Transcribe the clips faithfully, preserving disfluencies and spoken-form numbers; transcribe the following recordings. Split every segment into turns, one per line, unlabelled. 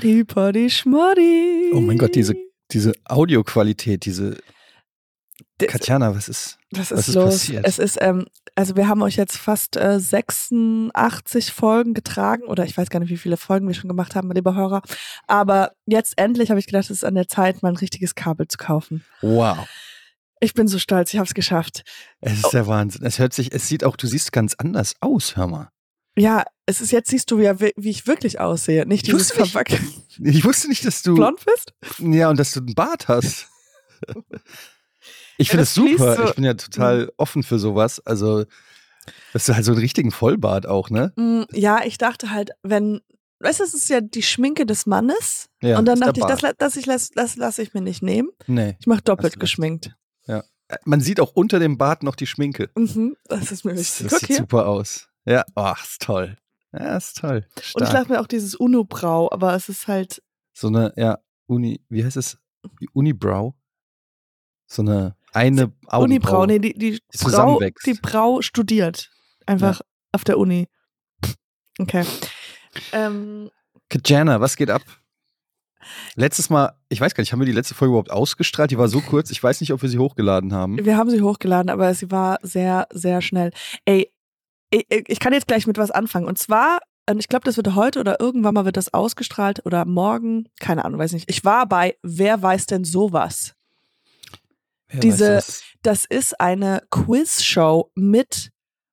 Potty, Potty, Schmoddy.
Oh mein Gott, diese, diese Audioqualität, diese... Das, Katjana, was ist,
das ist,
was ist
los.
passiert?
Es ist, ähm, also wir haben euch jetzt fast äh, sechsundachtzig Folgen getragen oder ich weiß gar nicht, wie viele Folgen wir schon gemacht haben, liebe Hörer. Aber jetzt endlich habe ich gedacht, es ist an der Zeit, mal ein richtiges Kabel zu kaufen.
Wow.
Ich bin so stolz, ich habe es geschafft.
Es ist oh. der Wahnsinn. Es hört sich, es sieht auch, du siehst ganz anders aus, hör mal.
Ja, es ist jetzt siehst du ja, wie, wie ich wirklich aussehe. Nicht dieses Verwackeln.
Ich wusste nicht, dass du
blond bist.
Ja, und dass du einen Bart hast. Ich finde ja, das, das super. So. Ich bin ja total offen für sowas. Also, dass du halt so einen richtigen Vollbart auch, ne?
Ja, ich dachte halt, wenn, weißt du, es ist ja die Schminke des Mannes.
Ja,
und dann dachte ich, das, das, ich, das, das lasse ich mir nicht nehmen.
Nee.
Ich mache doppelt geschminkt.
Ja. Man sieht auch unter dem Bart noch die Schminke.
Mhm, das ist mir wichtig.
Das, das sieht hier. super aus. Ja, ach, ist toll. Ja, ist toll. Stark.
Und ich dachte mir auch dieses Unibrow, aber es ist halt.
So eine, ja, Uni, wie heißt es? Unibrow? So eine, eine Augenbraue.
Unibrow, nee, die, die, die Brau, die Brau studiert. Einfach ja. auf der Uni. Okay. Ähm,
Katjana, was geht ab? Letztes Mal, ich weiß gar nicht, haben wir die letzte Folge überhaupt ausgestrahlt? Die war so kurz, ich weiß nicht, ob wir sie hochgeladen haben.
Wir haben sie hochgeladen, aber sie war sehr, sehr schnell. Ey, ich, ich kann jetzt gleich mit was anfangen. Und zwar, ich glaube, das wird heute oder irgendwann mal wird das ausgestrahlt oder morgen, keine Ahnung, weiß nicht. Ich war bei Wer weiß denn sowas?
Wer
Diese,
das?
das ist eine Quizshow mit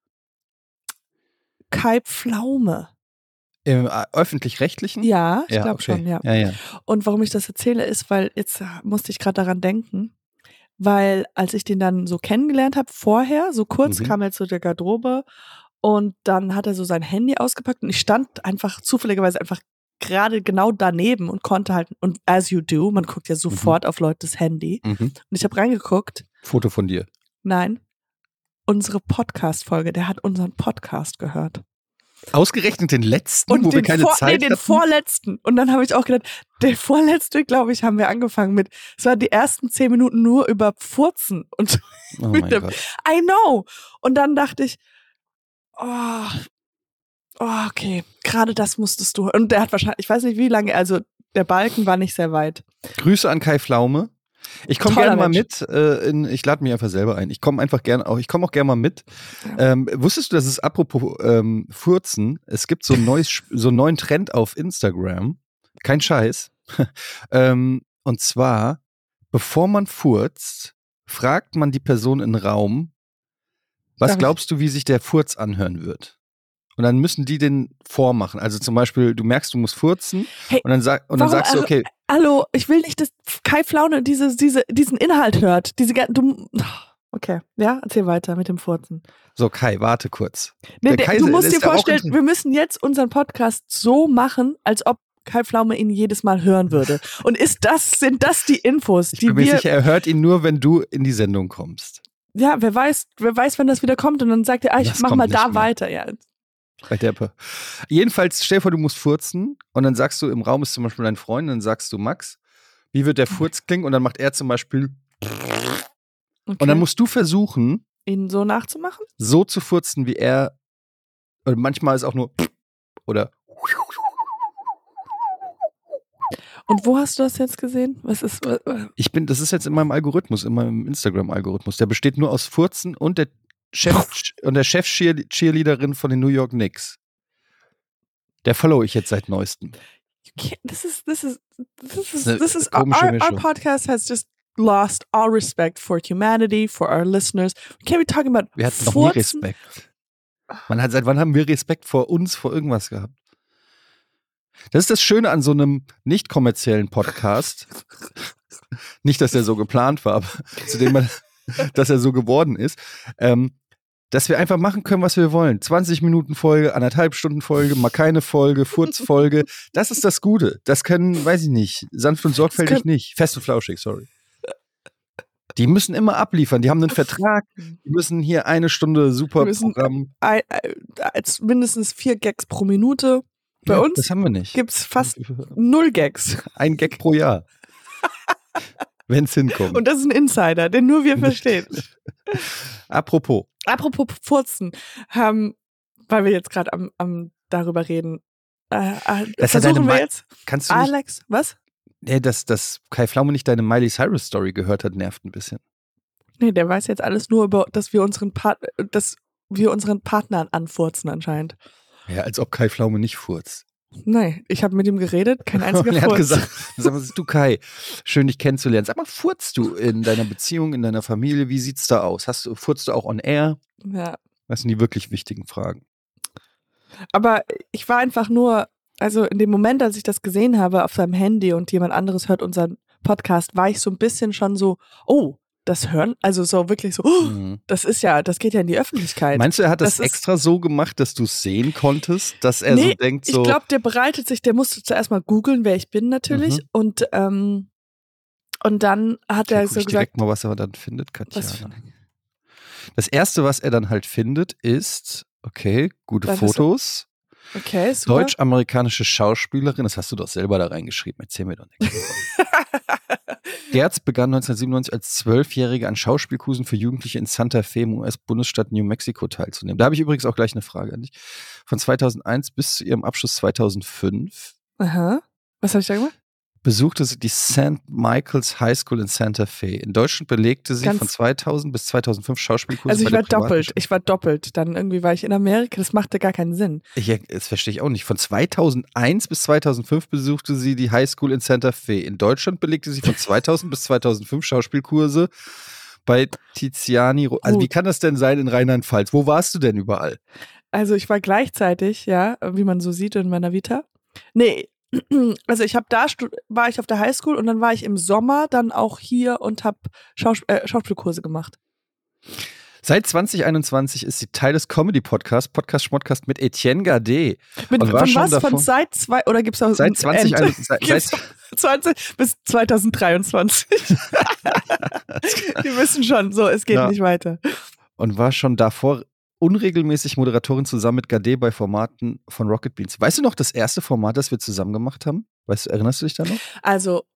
Kai Pflaume.
Im äh, öffentlich-rechtlichen?
Ja, ich
ja,
glaube
okay.
schon, ja.
ja, ja.
Und warum ich das erzähle, ist, weil jetzt musste ich gerade daran denken, weil als ich den dann so kennengelernt habe, vorher, so kurz
Mhm.
kam er zu der Garderobe und dann hat er so sein Handy ausgepackt und ich stand einfach zufälligerweise einfach gerade genau daneben und konnte halt, und as you do, man guckt ja sofort mhm. auf Leutes Handy.
Mhm.
Und ich habe reingeguckt.
Foto von dir?
Nein. Unsere Podcast-Folge, der hat unseren Podcast gehört.
Ausgerechnet den letzten,
und
wo
den
wir keine
vor,
Zeit
nee, den
hatten?
vorletzten. Und dann habe ich auch gedacht, der vorletzte, glaube ich, haben wir angefangen mit, es waren die ersten zehn Minuten nur über Furzen. Und
oh
mit
mein
dem,
Gott.
I know. Und dann dachte ich, oh, oh okay, gerade das musstest du. Und der hat wahrscheinlich, ich weiß nicht wie lange, also der Balken war nicht sehr weit.
Grüße an Kai Pflaume. Ich komme gerne mal mit. Äh, in, ich lade mich einfach selber ein. Ich komme einfach gerne auch. Ich komme auch gerne mal mit. Ja. Ähm, wusstest du, dass es apropos ähm, Furzen, es gibt so ein neues, so einen neuen Trend auf Instagram. Kein Scheiß. ähm, und zwar, bevor man furzt, fragt man die Person im Raum, was
Darf
glaubst du, wie sich der Furz anhören wird? Und dann müssen die den vormachen. Also zum Beispiel, du merkst, du musst furzen
hey,
und dann, sag, und dann
warum,
sagst du, okay.
Hallo, ich will nicht, dass Kai Pflaume diese, diese, diesen Inhalt hört. Diese, du, okay, ja, erzähl weiter mit dem Furzen.
So, Kai, warte kurz.
Nee,
Kai,
du musst dir vorstellen, wir müssen jetzt unseren Podcast so machen, als ob Kai Pflaume ihn jedes Mal hören würde. Und ist das, sind das die Infos, die
ich bin mir
wir...
sicher, er hört ihn nur, wenn du in die Sendung kommst.
Ja, wer weiß, wer weiß, wenn das wieder kommt und dann sagt er, ah, ich
das
mach mal da
mehr.
weiter. Ja.
Bei Deppe. Jedenfalls, stell dir vor, du musst furzen und dann sagst du, im Raum ist zum Beispiel dein Freund, dann sagst du, Max, wie wird der Furz klingen? Und dann macht er zum Beispiel okay. Und dann musst du versuchen,
ihn so nachzumachen?
So zu furzen, wie er, oder manchmal ist auch nur oder
Und wo hast du das jetzt gesehen? Was ist?
Ich bin, das ist jetzt in meinem Algorithmus, in meinem Instagram-Algorithmus. Der besteht nur aus Furzen und der Chef und der Chef-Cheerleaderin von den New York Knicks. Der follow ich jetzt seit neuestem.
Okay, this is this is this is
this
this is our, our podcast has just lost all respect for humanity, for our listeners. We can't be talking about
Wir hatten noch nie Respekt. Man hat, seit wann haben wir Respekt vor uns, vor irgendwas gehabt? Das ist das Schöne an so einem nicht kommerziellen Podcast. Nicht, dass er so geplant war, aber zu dem man, dass er so geworden ist. Ähm, dass wir einfach machen können, was wir wollen. zwanzig Minuten Folge, anderthalb Stunden Folge, mal keine Folge, Furzfolge. Das ist das Gute. Das können, weiß ich nicht, sanft und sorgfältig nicht. Fest und flauschig, sorry. Die müssen immer abliefern. Die haben einen Vertrag. Die müssen hier eine Stunde super Programm.
Ein, ein, mindestens vier Gags pro Minute. Bei
ja,
uns
das haben wir nicht.
Gibt's fast null Gags.
Ein Gag pro Jahr. Wenn es hinkommt.
Und das ist ein Insider, den nur wir verstehen.
Apropos.
Apropos Furzen. Ähm, weil wir jetzt gerade am, am darüber reden. Äh, äh,
Das ist ja
versuchen
deine
wir
Ma-
jetzt.
Kannst du nicht,
Alex, was?
nee, dass, dass Kai Pflaume nicht deine Miley Cyrus Story gehört hat, nervt ein bisschen.
Nee, der weiß jetzt alles nur über, dass wir unseren Part, dass wir unseren Partnern anfurzen anscheinend.
Ja, als ob Kai Pflaume nicht furzt.
Nein, ich habe mit ihm geredet, kein einziger
Und er hat
Furz.
gesagt, sag mal, du Kai, schön dich kennenzulernen. Sag mal, furzt du in deiner Beziehung, in deiner Familie, wie sieht's da aus? Hast du, furzt du auch on air?
Ja.
Das sind die wirklich wichtigen Fragen.
Aber ich war einfach nur, also in dem Moment, als ich das gesehen habe auf seinem Handy und jemand anderes hört unseren Podcast, war ich so ein bisschen schon so, oh, das hören, also so wirklich so, oh,
Mhm.
das ist ja, das geht ja in die Öffentlichkeit.
Meinst du, er hat das,
Das ist-
extra so gemacht, dass du es sehen konntest, dass er
Nee,
so denkt, so.
Ich glaube, der bereitet sich, der musste zuerst mal googeln, wer ich bin natürlich.
Mhm.
Und, ähm, und dann hat
Okay,
er
guck
so
ich
gesagt,
direkt mal, was er dann findet,
was für
Katjana. Das erste, was er dann halt findet, ist, okay, gute
Das ist-
Fotos.
okay, super.
Deutsch-amerikanische Schauspielerin, das hast du doch selber da reingeschrieben, erzähl mir doch nichts. Gerz begann neunzehnhundertsiebenundneunzig als Zwölfjährige an Schauspielkursen für Jugendliche in Santa Fe im U S-Bundesstaat New Mexico teilzunehmen. Da habe ich übrigens auch gleich eine Frage an dich. Von zweitausendeins bis zu ihrem Abschluss zweitausendfünf
Aha. Was habe ich da gemacht?
besuchte sie die Saint Michael's High School in Santa Fe. In Deutschland belegte sie
Ganz-
von zweitausend bis zweitausendfünf Schauspielkurse
Also ich
bei der
war
privaten
doppelt.
Schule.
Ich war doppelt. Dann irgendwie war ich in Amerika. Das machte gar keinen Sinn.
Ich, das verstehe ich auch nicht. Von zweitausendeins bis zweitausendfünf besuchte sie die High School in Santa Fe. In Deutschland belegte sie von zweitausend bis zweitausendfünf Schauspielkurse bei Tiziani. Ro- Also
Gut.
wie kann das denn sein in Rheinland-Pfalz? Wo warst du denn überall?
Also ich war gleichzeitig, ja, wie man so sieht in meiner Vita. Nee, also ich habe da stu- war ich auf der Highschool und dann war ich im Sommer dann auch hier und habe Schaus äh, Schauspielkurse gemacht.
Seit zwanzig einundzwanzig ist sie Teil des Comedy-Podcasts, Podcast Schmodcast mit Etienne Gardet.
Mit,
Und war
von
schon
was?
davor-
Von seit zwei oder gibt's auch
Seit
ein
zwanzig
End?
einundzwanzig, seit,
Gibt's
seit,
zwanzig bis zweitausenddreiundzwanzig. Die wissen schon, so, es geht
Ja.
nicht weiter.
und war schon davor unregelmäßig Moderatorin zusammen mit Gardet bei Formaten von Rocket Beans. Weißt du noch das erste Format, das wir zusammen gemacht haben? Weißt du, erinnerst du dich da noch?
Also,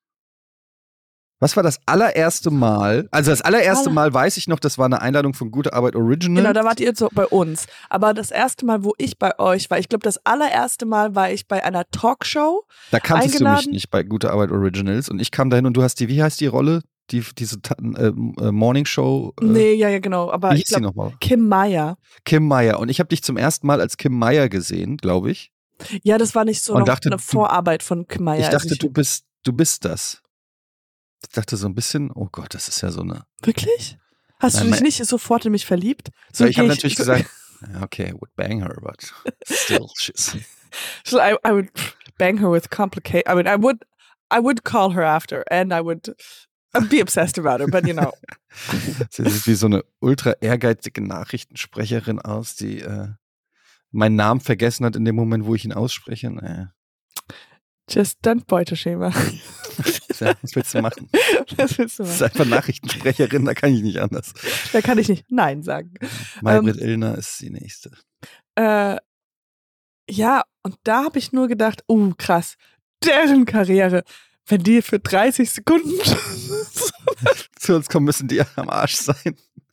Was war das allererste Mal? Also das allererste
Aller-
Mal weiß ich noch, das war eine Einladung von Gute Arbeit Original.
genau, da wart ihr so bei uns. Aber das erste Mal, wo ich bei euch war, ich glaube, das allererste Mal war ich bei einer Talkshow.
da kanntest du
eingeladen.
mich nicht bei Gute Arbeit Originals. Und ich kam dahin und du hast die, wie heißt die Rolle? Die, diese Ta- äh, äh, Morning Show. Äh,
Nee, ja, ja, genau. Aber
wie
ich
hieß die
glaube,
nochmal?
Kim Meyer.
Kim Meyer. Und ich habe dich zum ersten Mal als Kim Meyer gesehen, glaube ich.
Ja, das war nicht so
Und
noch
dachte,
eine
du-
Vorarbeit von Kim Meyer.
ich
Also
dachte, du bist, du bist das. Ich dachte so ein bisschen, oh Gott, das ist ja so eine.
Wirklich? Hast
Nein,
du dich
mein-
nicht sofort in mich verliebt? So
So, ich habe
geh
natürlich
so-
gesagt, ja, okay, I would bang her, but still, she's.
So I, I would bang her with complicate. I mean, I would, I would call her after, and I would be obsessed about her. But you know,
Sie sieht wie so eine ultra ehrgeizige Nachrichtensprecherin aus, die äh, meinen Namen vergessen hat in dem Moment, wo ich ihn ausspreche. Naja,
just don't Beuteschema.
ja, was willst du machen?
Das willst du
Das ist
machen.
einfach Nachrichtensprecherin, da kann ich nicht anders.
Da kann ich nicht Nein sagen.
Maybrit Illner ist die nächste.
Äh, ja, und da habe ich nur gedacht, uh, krass, deren Karriere, wenn die für dreißig Sekunden
Zu uns kommen müssen die am Arsch sein.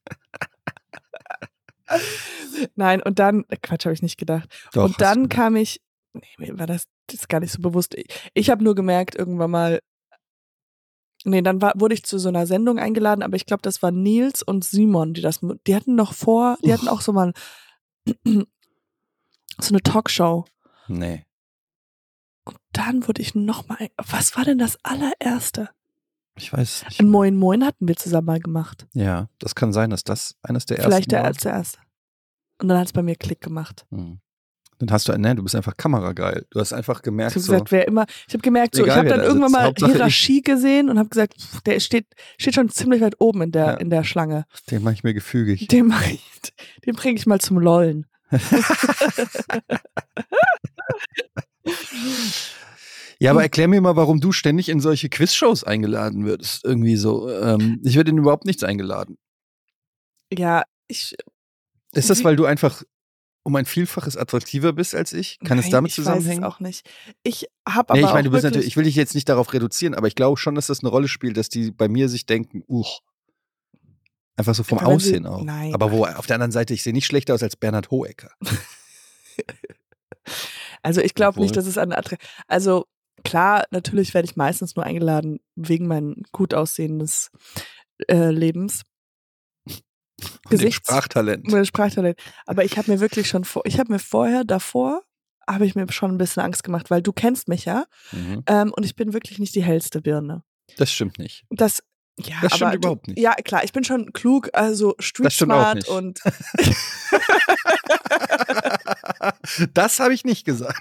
Nein, und dann, Quatsch, habe ich nicht gedacht.
Doch,
und
hast
dann
du.
kam ich, nee, mir war das, das ist gar nicht so bewusst. Ich, ich habe nur gemerkt, irgendwann mal, nee, dann war, wurde ich zu so einer Sendung eingeladen, aber ich glaube, das waren Nils und Simon, die das, die hatten noch vor, die hatten auch so mal so eine Talkshow.
Nee.
Und dann wurde ich nochmal, was war denn das allererste?
Ich weiß es nicht.
Ein Moin Moin hatten wir zusammen mal gemacht.
Ja, das kann sein, dass das eines der ersten
Vielleicht der
war.
als der erste. Und dann hat es bei mir Klick gemacht.
Hm. Dann hast du, ne, du bist einfach kamerageil. Du hast einfach
Ich
gemerkt,
habe
so,
gesagt, wer immer, ich habe gemerkt, so,
Egal,
ich habe
wer
dann
da
irgendwann
sitzt.
mal
Hauptsache ich.
Hierarchie gesehen und habe gesagt, pff, der steht, steht schon ziemlich weit oben in der,
Ja.
in der Schlange.
den mache ich mir gefügig.
Den, mach ich, den bringe ich mal zum Lollen.
Ja, aber erklär mir mal, warum du ständig in solche Quizshows eingeladen wirst. Irgendwie so. Ähm, ich werde in überhaupt nichts eingeladen.
Ja, ich.
Ist das,
Wie-
weil du einfach um ein Vielfaches attraktiver bist als ich? Kann es
Nein,
damit
ich
zusammenhängen?
Weiß es auch nicht. Ich habe aber
Nee, ich meine,
auch
du bist
wirklich,
natürlich, ich will dich jetzt nicht darauf reduzieren, aber ich glaube schon, dass das eine Rolle spielt, dass die bei mir sich denken, uch. Einfach so vom
Aber wenn sie-
Aussehen auch.
nein.
Aber wo, auf der anderen Seite, ich sehe nicht schlechter aus als Bernhard Hohecker.
Also ich glaube nicht,
Obwohl.
dass es an Attra- Also klar, natürlich werde ich meistens nur eingeladen wegen mein gut aussehendes äh, Lebens.
Und dem
Gesichts-
Sprachtalent.
Mein Sprachtalent. Aber ich habe mir wirklich schon vor, ich habe mir vorher, davor, habe ich mir schon ein bisschen Angst gemacht, weil du kennst mich ja
Mhm.
ähm, und ich bin wirklich nicht die hellste Birne.
Das stimmt nicht.
Das, ja,
Das stimmt
aber
überhaupt
du,
nicht.
Ja, klar, ich bin schon klug, also street
Das stimmt auch
smart
nicht.
und
Das habe ich nicht gesagt.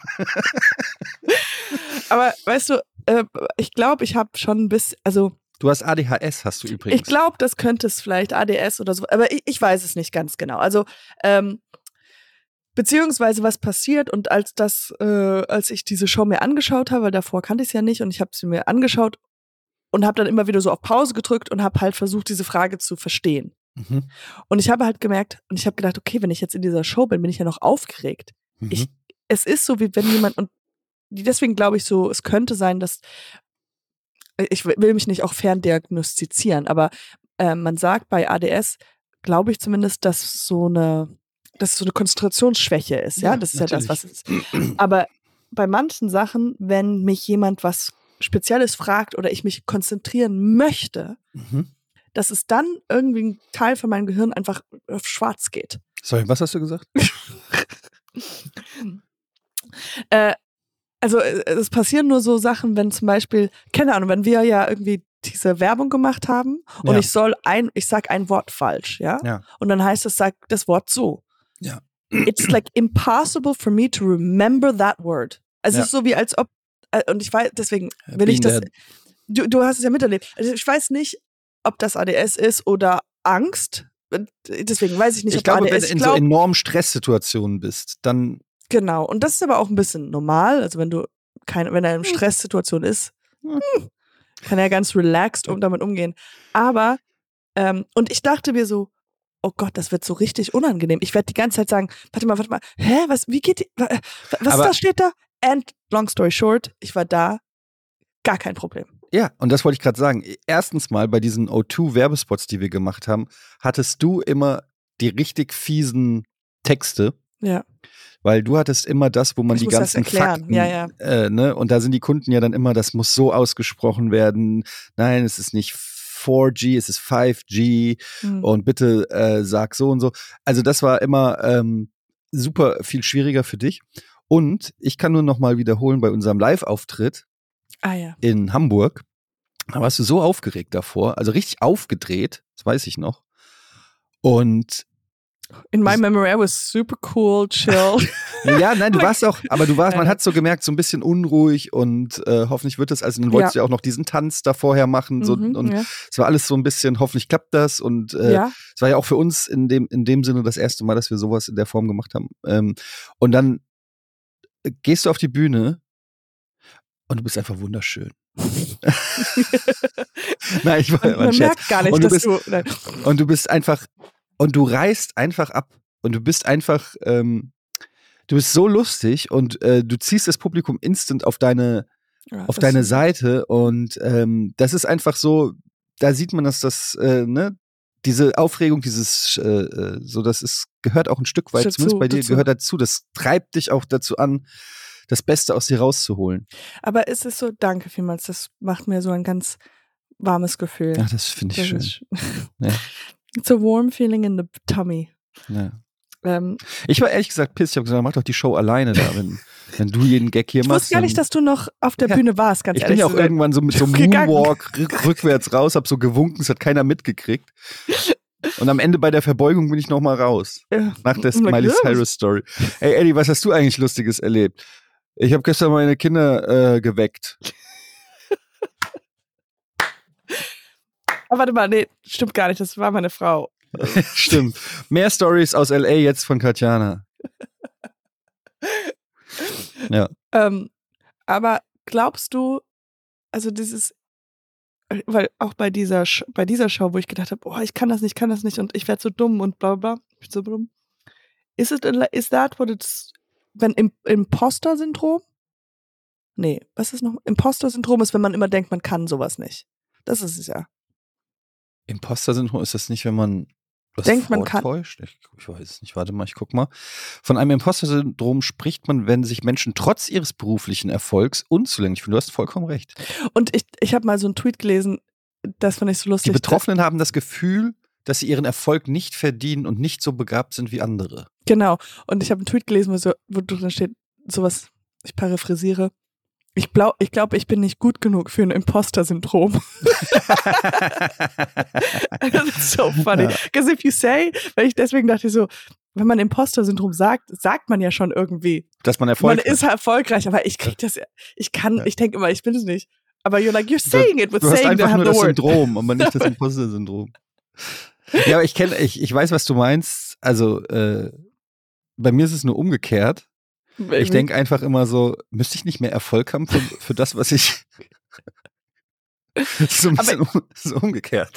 aber weißt du, äh, ich glaube, ich habe schon ein bisschen, also
Du hast A D H S, hast du übrigens.
ich glaube, das könnte es vielleicht A D S oder so, aber ich, ich weiß es nicht ganz genau. Also ähm, beziehungsweise was passiert und als das, äh, als ich diese Show mir angeschaut habe, weil davor kannte ich es ja nicht und ich habe sie mir angeschaut und habe dann immer wieder so auf Pause gedrückt und habe halt versucht, diese Frage zu verstehen.
Mhm.
Und ich habe halt gemerkt und ich habe gedacht, okay, wenn ich jetzt in dieser Show bin, bin ich ja noch aufgeregt.
Mhm.
Ich, es ist so, wie wenn jemand, und deswegen glaube ich so, es könnte sein, dass, ich will mich nicht auch ferndiagnostizieren, aber äh, man sagt bei A D S, glaube ich zumindest, dass so eine, dass es so eine Konzentrationsschwäche ist, ja,
Ja,
das ist ja das, was
natürlich.
es ist. Aber bei manchen Sachen, wenn mich jemand was Spezielles fragt oder ich mich konzentrieren möchte,
Mhm.
dass es dann irgendwie ein Teil von meinem Gehirn einfach auf schwarz geht.
Sorry, was hast du gesagt?
äh, also äh, es passieren nur so Sachen, wenn zum Beispiel, keine Ahnung, wenn wir ja irgendwie diese Werbung gemacht haben und
Ja.
ich soll ein, ich sag ein Wort falsch, ja?
Ja.
Und dann heißt es, sag das Wort so.
Ja.
It's like impossible for me to remember that word. Also
Ja.
es ist so wie als ob, äh, und ich weiß, deswegen will ich
Been
das,
there.
du, du hast es ja miterlebt. Also ich weiß nicht, ob das A D S ist oder Angst. Deswegen weiß ich nicht,
Ich
ob
glaube,
A D S,
wenn du in
ich
so
glaub,
enormen Stresssituationen bist, dann
genau. Und das ist aber auch ein bisschen normal. Also wenn du keine, wenn er in
Hm.
Stresssituation ist,
Hm.
hm, kann er ganz relaxed um damit umgehen. Aber, ähm, und ich dachte mir so, oh Gott, das wird so richtig unangenehm. Ich werde die ganze Zeit sagen, warte mal, warte mal, hä, was, wie geht die, wa- was
Aber-
da steht da? And long story short, ich war da, gar kein Problem.
ja, und das wollte ich gerade sagen. Erstens mal bei diesen O zwei Werbespots, die wir gemacht haben, hattest du immer die richtig fiesen Texte,
Ja.
weil du hattest immer das, wo man
Ich
die
muss das
ganzen
erklären.
Fakten,
Ja, ja.
Äh, ne, und da sind die Kunden ja dann immer, das muss so ausgesprochen werden. Nein, es ist nicht vier G, es ist fünf G
Hm.
und bitte äh, sag so und so. Also das war immer ähm, super viel schwieriger für dich. Und ich kann nur noch mal wiederholen, bei unserem Live-Auftritt
Ah ja.
in Hamburg, da warst du so aufgeregt davor, also richtig aufgedreht, das weiß ich noch. Und
In my memory, I was super cool, chill.
ja, nein, du
Like-
warst auch, aber du warst, man
Nein,
hat so gemerkt, so ein bisschen unruhig und äh, hoffentlich wird das, also dann wolltest du ja auch noch diesen Tanz da vorher machen so,
Mhm,
und
ja.
es war alles so ein bisschen, hoffentlich klappt das und äh,
ja.
es war ja auch für uns in dem, in dem Sinne das erste Mal, dass wir sowas in der Form gemacht haben. Ähm, und dann äh, gehst du auf die Bühne und du bist einfach wunderschön. Nein, ich war, war
Man,
ein
man
Scherz.
merkt gar nicht,
Und du
dass
bist-
du. Nein.
Und du bist einfach, und du reißt einfach ab. Und du bist einfach, ähm, du bist so lustig und äh, du ziehst das Publikum instant auf deine,
Ja,
auf
das
deine
ist-
Seite. Und ähm, das ist einfach so, da sieht man, dass das, äh, ne, diese Aufregung, dieses, äh, äh, so, das ist, gehört auch ein Stück weit,
Dazu,
zumindest bei dir,
dazu.
gehört dazu. Das treibt dich auch dazu an, das Beste aus dir rauszuholen.
Aber es ist so, danke vielmals, das macht mir so ein ganz warmes Gefühl.
Ja, das finde ich
Das
schön.
ist-
Ja.
It's a warm feeling in the tummy.
Ja.
Ähm,
Ich war ehrlich gesagt pissed. Ich habe gesagt, mach doch die Show alleine da, wenn, wenn du jeden Gag hier
ich
machst.
wusste gar nicht,
dann-
dass du noch auf der
Ja.
Bühne warst, ganz
Ich bin
ehrlich.
ja auch
zu sein.
irgendwann so mit so einem
Gegangen.
Moonwalk rück, rückwärts raus, hab so gewunken, es hat keiner mitgekriegt. Und am Ende bei der Verbeugung bin ich noch mal raus.
Ja.
Nach der
I'm like,
Miley
yeah.
Cyrus Story. Ey, Eddie, was hast du eigentlich Lustiges erlebt? Ich habe gestern meine Kinder äh, geweckt.
Aber warte mal, nee, stimmt gar nicht, das war meine Frau.
Stimmt. Mehr Stories aus L A jetzt von Katjana. Ja.
Ähm, aber glaubst du, also dieses, weil auch bei dieser, Sch- bei dieser Show, wo ich gedacht habe, oh, ich kann das nicht, kann das nicht und ich werde so dumm und bla bla, ich bin so dumm. Is it, a- is that what it's, wenn Im, Imposter-Syndrom? Nee, was ist noch? Imposter-Syndrom ist, wenn man immer denkt, man kann sowas nicht. Das ist es ja.
Imposter-Syndrom ist das nicht, wenn man Was
denkt, man kann.
vortäuscht? Ich, ich weiß es nicht. Warte mal, ich guck mal. Von einem Imposter-Syndrom spricht man, wenn sich Menschen trotz ihres beruflichen Erfolgs unzulänglich fühlen. Du hast vollkommen recht.
Und ich, ich habe mal so einen Tweet gelesen, das fand ich so lustig.
Die Betroffenen haben das Gefühl, dass sie ihren Erfolg nicht verdienen und nicht so begabt sind wie andere.
Genau. Und ich habe einen Tweet gelesen, wo, so, wo drin steht, sowas, ich paraphrasiere. Ich glaube, ich, glaub, ich bin nicht gut genug für ein Imposter-Syndrom. Das ist so funny. Because if you say, weil ich deswegen dachte ich so, wenn man Imposter-Syndrom sagt, sagt man ja schon irgendwie.
Dass man erfolgreich
Man ist erfolgreich, aber ich krieg das, ich kann, ja. ich denke immer, ich bin es nicht. Aber you're like, you're saying it with
du
saying
hast einfach
to have
nur
the
das
word.
Syndrom, aber nicht das Imposter-Syndrom. Ja, aber ich kenne, ich, ich weiß, was du meinst. Also, äh, bei mir ist es nur umgekehrt. Baby. Ich denke einfach immer so, müsste ich nicht mehr Erfolg haben für, für das, was ich. So ein bisschen um, so umgekehrt.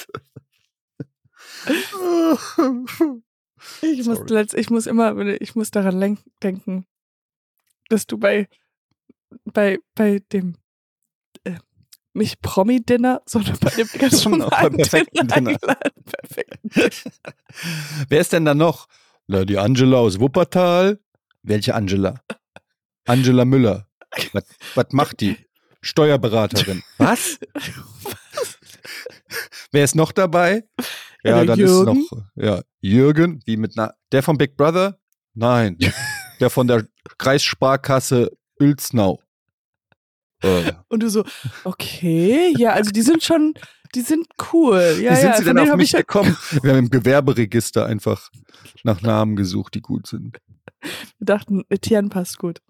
Ich muss, letzt, ich muss immer, ich muss daran lenk, denken, dass du bei, bei, bei dem äh, nicht Promi-Dinner, sondern bei dem ganz normalen Dinner, Dinner.
Perfekt. Wer ist denn da noch? Na, die Angela aus Wuppertal. Welche Angela? Angela Müller. Was, was macht die? Steuerberaterin. Was? Wer ist noch dabei? Ja, dann Jürgen? ist noch ja, Jürgen, wie mit einer. Der von Big Brother? Nein. Der von der Kreissparkasse Uelznau. Äh.
Und du so, okay, ja, also die sind schon, die sind cool. Ja,
wie sind
ja,
sie denn auf mich gekommen? Wir haben im Gewerberegister einfach nach Namen gesucht, die gut sind.
Wir dachten, Etienne passt gut.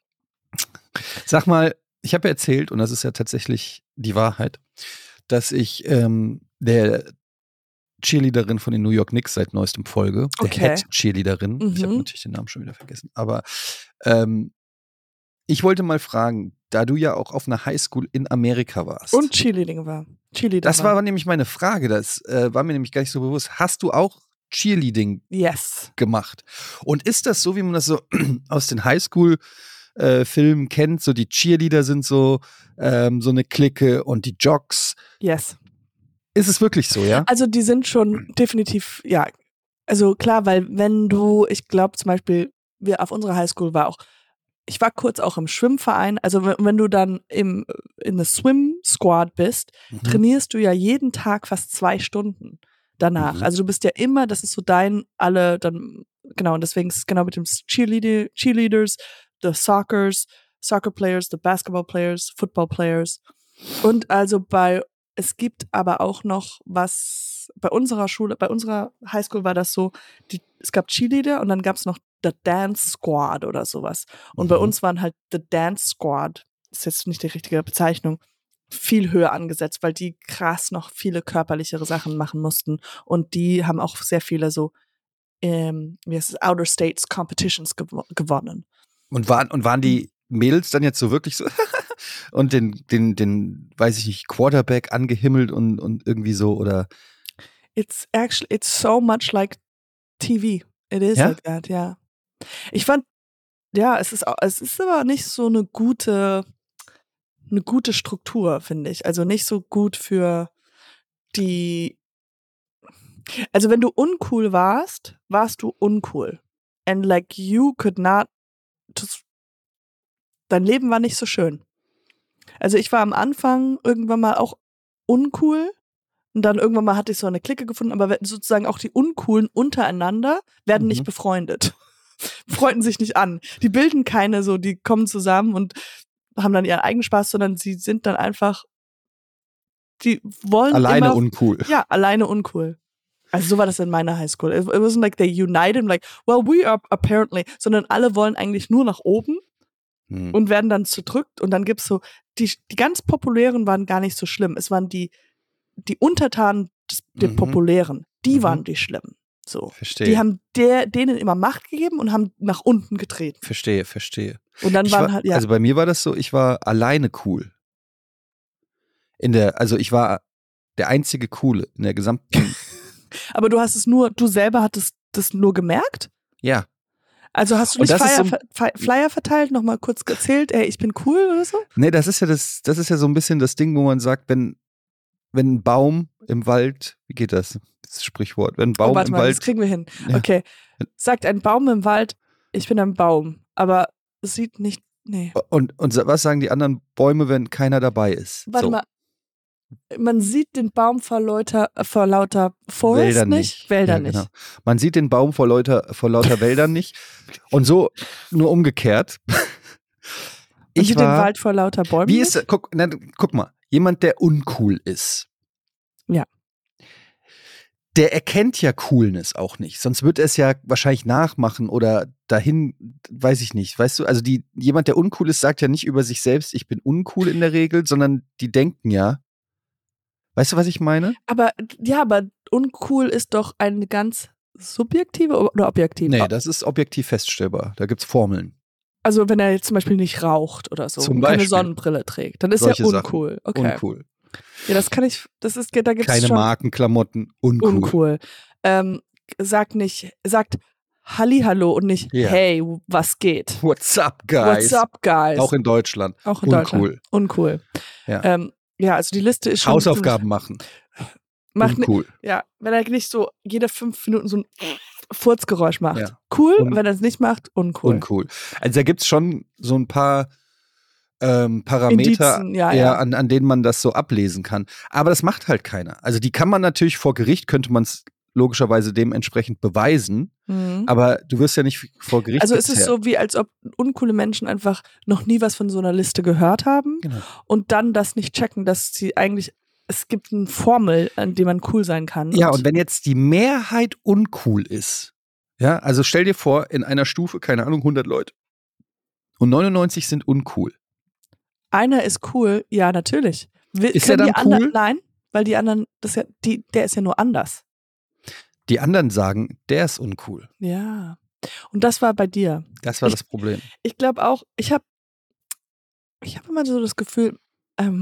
Sag mal, ich habe ja erzählt, und das ist ja tatsächlich die Wahrheit, dass ich ähm, der Cheerleaderin von den New York Knicks seit neuestem folge, der
okay.
Head-Cheerleaderin,
mhm.
ich habe natürlich den Namen schon wieder vergessen, aber ähm, ich wollte mal fragen, da du ja auch auf einer Highschool in Amerika warst.
Und Cheerleading war. Cheerleader
das
war.
war nämlich meine Frage, das äh, war mir nämlich gar nicht so bewusst. Hast du auch Cheerleading
yes.
gemacht? Und ist das so, wie man das so aus den Highschool Äh, Film kennt, so die Cheerleader sind so ähm, so eine Clique und die Jocks.
Yes.
Ist es wirklich so, ja?
Also die sind schon definitiv, ja, also klar, weil wenn du, ich glaube zum Beispiel, wir auf unserer Highschool war auch, ich war kurz auch im Schwimmverein, also wenn, wenn du dann im, in der Swim Squad bist, mhm. trainierst du ja jeden Tag fast zwei Stunden danach. Mhm. Also du bist ja immer, das ist so dein, alle dann, genau, und deswegen ist es genau mit dem Cheerleader, Cheerleaders, the Soccers, Soccer Players, the Basketball Players, Football Players. Und also bei, es gibt aber auch noch was, bei unserer Schule, bei unserer Highschool war das so, die, es gab Cheerleader und dann gab es noch the Dance Squad oder sowas. Und mhm. bei uns waren halt the Dance Squad, das ist jetzt nicht die richtige Bezeichnung, viel höher angesetzt, weil die krass noch viele körperlichere Sachen machen mussten. Und die haben auch sehr viele so, ähm, wie heißt es, Outer States Competitions gew- gewonnen.
Und waren, und waren die Mädels dann jetzt so wirklich so und den, den, den, weiß ich nicht, Quarterback angehimmelt und, und irgendwie so, oder?
It's actually, it's so much like T V. It is
ja?
like that, ja. Ich fand, ja, es ist, es ist aber nicht so eine gute, eine gute Struktur, finde ich. Also nicht so gut für die, also wenn du uncool warst, warst du uncool. And like you could not Das, dein Leben war nicht so schön. Also ich war am Anfang irgendwann mal auch uncool und dann irgendwann mal hatte ich so eine Clique gefunden, aber sozusagen auch die Uncoolen untereinander werden mhm. nicht befreundet. Freunden sich nicht an. Die bilden keine so, die kommen zusammen und haben dann ihren eigenen Spaß, sondern sie sind dann einfach, die wollen
alleine
immer,
uncool.
Ja, alleine uncool. Also so war das in meiner Highschool. It wasn't like they united, like, well, we are apparently, sondern alle wollen eigentlich nur nach oben hm. und werden dann zerdrückt und dann gibt's so, die, die ganz Populären waren gar nicht so schlimm. Es waren die, die Untertanen des, der mhm. Populären, die mhm. waren die Schlimmen. So.
Verstehe.
Die haben der, denen immer Macht gegeben und haben nach unten getreten.
Verstehe, verstehe.
Und dann
ich
waren
war,
halt, ja.
Also bei mir war das so, ich war alleine cool. In der, also ich war der einzige Coole in der gesamten
Aber du hast es nur, du selber hattest das nur gemerkt?
Ja.
Also hast du nicht Flyer, so Flyer verteilt, nochmal kurz erzählt, ey, ich bin cool oder so?
Nee, das ist ja das, das ist ja so ein bisschen das Ding, wo man sagt, wenn, wenn ein Baum im Wald, wie geht das? Das Sprichwort. Wenn ein Baum
oh, warte
im
mal,
Wald.
das kriegen wir hin.
Ja.
Okay. Sagt ein Baum im Wald, ich bin ein Baum, aber es sieht nicht, nee.
Und, und was sagen die anderen Bäume, wenn keiner dabei ist?
Warte
so.
mal, man sieht den Baum vor lauter, vor lauter Forest
Wäldern
nicht?
nicht.
Wäldern
ja, genau.
nicht.
Man sieht den Baum vor lauter, vor lauter Wäldern nicht. Und so nur umgekehrt.
Man
ich
sieht
war,
den Wald vor lauter Bäumen
Wie
nicht?
ist, guck, na, guck mal, jemand, der uncool ist.
Ja.
Der erkennt ja Coolness auch nicht. Sonst wird er es ja wahrscheinlich nachmachen oder dahin, weiß ich nicht. Weißt du, also die, jemand, der uncool ist, sagt ja nicht über sich selbst, ich bin uncool in der Regel, sondern die denken ja. Weißt du, was ich meine?
Aber, ja, aber uncool ist doch eine ganz subjektive oder objektive?
Nee, das ist objektiv feststellbar. Da gibt's Formeln.
Also wenn er jetzt zum Beispiel nicht raucht oder so
Zum
und keine
Beispiel.
Sonnenbrille trägt, dann ist
Solche
er
Sachen.
uncool. Okay.
Uncool.
Ja, das kann ich, das ist, da gibt's
Keine
schon
Markenklamotten, uncool.
uncool. Ähm, sagt nicht, sagt Hallihallo und nicht
Ja.
Hey, was geht?
What's up, guys?
What's up, guys?
Auch in Deutschland.
Auch in
uncool.
Deutschland. Uncool.
Ja.
Ähm, ja, also die Liste ist schon.
Hausaufgaben machen.
Macht
uncool.
Ja, wenn er nicht so jede fünf Minuten so ein Furzgeräusch macht.
Ja.
Cool,
Un-
wenn er es nicht macht, uncool.
Uncool. Also da gibt's schon so ein paar ähm, Parameter,
Indizien, ja,
ja,
ja.
An, an denen man das so ablesen kann. Aber das macht halt keiner. Also die kann man natürlich vor Gericht, könnte man es logischerweise dementsprechend beweisen,
Mhm.
aber du wirst ja nicht vor Gericht
Also es ist
gezerrt.
so, wie als ob uncoole Menschen einfach noch nie was von so einer Liste gehört haben
Genau.
und dann das nicht checken, dass sie eigentlich, es gibt eine Formel, an der man cool sein kann.
Ja, und wenn jetzt die Mehrheit uncool ist, ja, also stell dir vor, in einer Stufe, keine Ahnung, hundert Leute und neunundneunzig sind uncool.
Einer ist cool, ja, natürlich. Wir,
Ist
können
er
die
dann
anderen,
cool?
Nein, weil die anderen, das ist ja, die, der ist ja nur anders.
Die anderen sagen, der ist uncool.
Ja. Und das war bei dir.
Das war
Ich-
das Problem.
Ich glaube auch, ich habe ich hab immer so das Gefühl, ähm,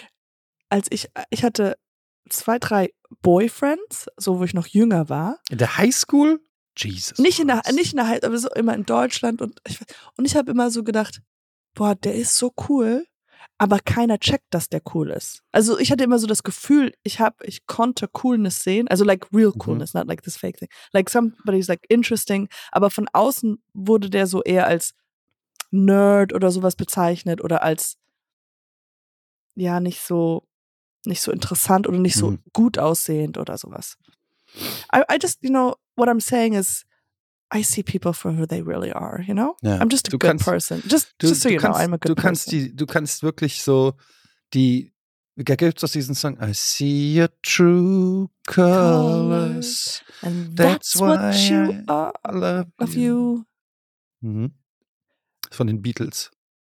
als ich, ich hatte zwei, drei Boyfriends, so wo ich noch jünger war.
In der Highschool? Jesus.
Nicht in der,
Christ.
nicht in der, aber so immer in Deutschland und ich, und ich habe immer so gedacht, boah, der ist so cool, aber keiner checkt, dass der cool ist. Also ich hatte immer so das Gefühl, ich habe, ich konnte Coolness sehen, also like real coolness, not like this fake thing. Like somebody's like interesting, aber von außen wurde der so eher als Nerd oder sowas bezeichnet oder als, ja, nicht so, nicht so interessant oder nicht so
Mhm.
gut aussehend oder sowas. I, I just, you know, what I'm saying is, I see people for who they really are, you know?
Ja.
I'm just a
Du
good
kannst-
person. Just,
Du,
just so
du
you
kannst,
know, I'm a good
du kannst
person.
die, du kannst wirklich so die, da gibt es doch diesen Song, I see your true colors.
And
That's
that's, what
why
you
I
are
love
of
you.
you.
Mhm. Von den Beatles.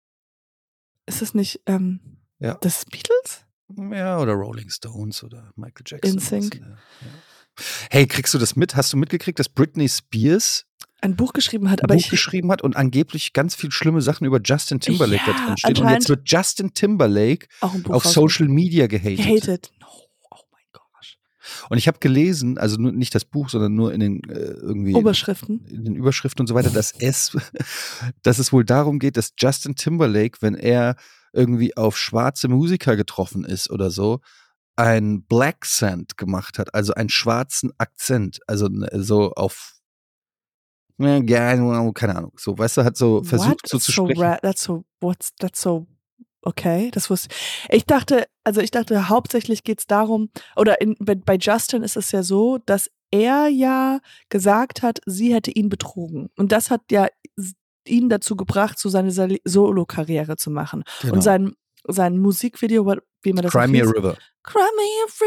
Ist das nicht, ähm,
Ja.
das Beatles?
Ja, oder Rolling Stones oder Michael Jackson.
In Sync.
Ja. Hey, kriegst du das mit? Hast du mitgekriegt, dass Britney Spears
Ein Buch geschrieben hat,
ein
aber
Buch
ich,
geschrieben hat und angeblich ganz viel schlimme Sachen über Justin Timberlake
Ja,
da drin stehen? Und
anscheinend-
jetzt wird Justin Timberlake
auch ein Buch
auf
rausgebracht.
Social Media gehatet.
Gehated. No. Oh mein Gott.
Und ich habe gelesen, also nur, nicht das Buch, sondern nur in den äh, irgendwie
Oberschriften.
in den Überschriften und so weiter, dass es, dass es wohl darum geht, dass Justin Timberlake, wenn er irgendwie auf schwarze Musiker getroffen ist oder so, ein Black Accent gemacht hat, also einen schwarzen Akzent, also n- so auf ja, keine Ahnung, so, weißt du, hat so versucht
What?
so
That's
zu
so
sprechen.
ra- that's so, what's, that's so, okay, das wusste ich. dachte, also ich dachte, hauptsächlich geht's darum, oder in, bei, bei Justin ist es ja so, dass er ja gesagt hat, sie hätte ihn betrogen. Und das hat ja s- ihn dazu gebracht, so seine Soli- Solo-Karriere zu machen.
Genau.
Und sein, sein Musikvideo, what- wie man das
Cry
noch
Me a
hieß,
River.
Cry Me a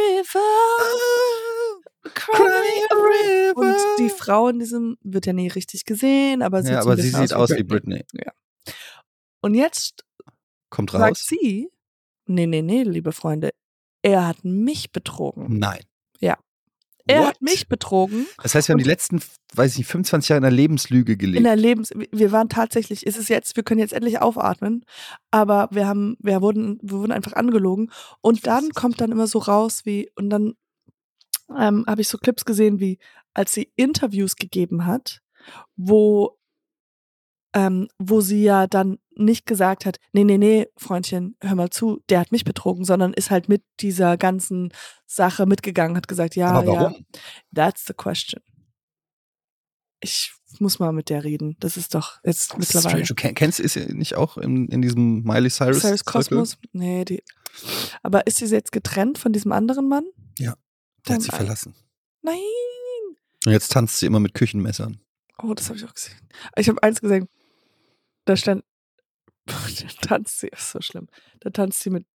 River. Cry me a river. Und die Frau in diesem wird ja nie richtig gesehen, aber sie,
Ja,
sieht so ein
aber sie
bisschen
sieht aus wie Britney.
Und jetzt
Kommt
sagt
raus?
sie, nee, nee, nee, liebe Freunde, er hat mich betrogen.
Nein.
Ja. Er
What?
hat mich betrogen
Das heißt, wir haben
Und-
die letzten, weiß ich nicht, fünfundzwanzig Jahre in einer Lebenslüge
in
gelebt.
der Lebens... Wir waren tatsächlich, ist es jetzt, wir können jetzt endlich aufatmen, aber wir haben, wir wurden, wir wurden einfach angelogen. Und dann kommt dann immer so raus wie, und dann ähm, habe ich so Clips gesehen, wie als sie Interviews gegeben hat, wo ähm, wo sie ja dann nicht gesagt hat, nee, nee, nee, Freundchen, hör mal zu, der hat mich betrogen, sondern ist halt mit dieser ganzen Sache mitgegangen, hat gesagt, ja,
Aber warum?
ja, that's the question. Ich muss mal mit der reden. Das ist doch jetzt
Das ist
mittlerweile.
strange. Du ken- kennst, ist sie nicht auch in, in diesem Miley Cyrus
Cyrus
Circle?
Cosmos? Nee, die. Aber ist sie jetzt getrennt von diesem anderen Mann?
Ja, der
Oh
hat sie
nein.
verlassen.
Nein.
Und jetzt tanzt sie immer mit Küchenmessern.
Oh, das habe ich auch gesehen. Ich habe eins gesehen. Da stand, da tanzt sie, ist so schlimm. Da tanzt sie mit,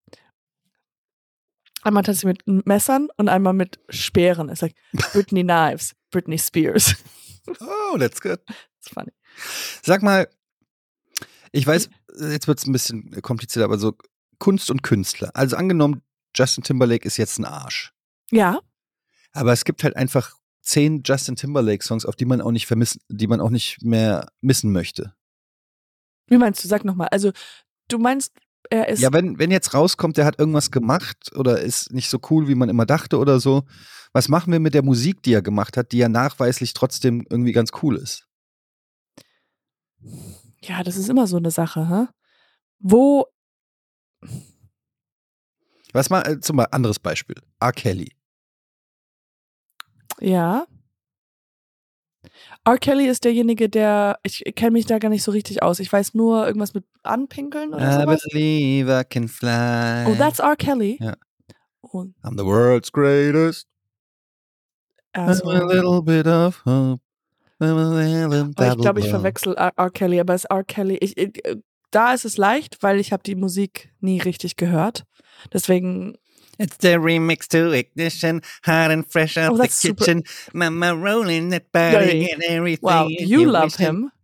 einmal tanzt sie mit Messern und einmal mit Speeren. It's like Britney Knives, Britney Spears.
Oh, that's good.
That's funny.
Sag mal, ich weiß, jetzt wird es ein bisschen komplizierter, aber so Kunst und Künstler. Also angenommen, Justin Timberlake ist jetzt ein Arsch.
Ja.
Aber es gibt halt einfach zehn Justin Timberlake-Songs, auf die man auch nicht vermissen, die man auch nicht mehr missen möchte.
Wie meinst du? Sag nochmal. Also, du meinst, er ist.
Ja, wenn, wenn jetzt rauskommt, der hat irgendwas gemacht oder ist nicht so cool, wie man immer dachte oder so, was machen wir mit der Musik, die er gemacht hat, die ja nachweislich trotzdem irgendwie ganz cool ist?
Ja, das ist immer so eine Sache, hä? Wo.
Was mal, äh, zum Beispiel, anderes Beispiel. R. Kelly.
Ja. R. Kelly ist derjenige, der. Ich kenne mich da gar nicht so richtig aus. Ich weiß nur irgendwas mit Anpinkeln oder
I
sowas.
believe I can fly.
Oh, that's R. Kelly.
Ja.
Und,
I'm the world's greatest.
also,
I'm a little bit of hope.
aber ich glaube, ich verwechsel R. R. Kelly, aber es ist R. Kelly. Ich, ich, äh, da ist es leicht, weil ich habe die Musik nie richtig gehört. Deswegen.
It's the remix to Ignition, hot and fresh out
Oh,
the
that's super.
kitchen. Mama rolling that body
Yay.
and everything.
Wow,
in
you love
Ignition.
him.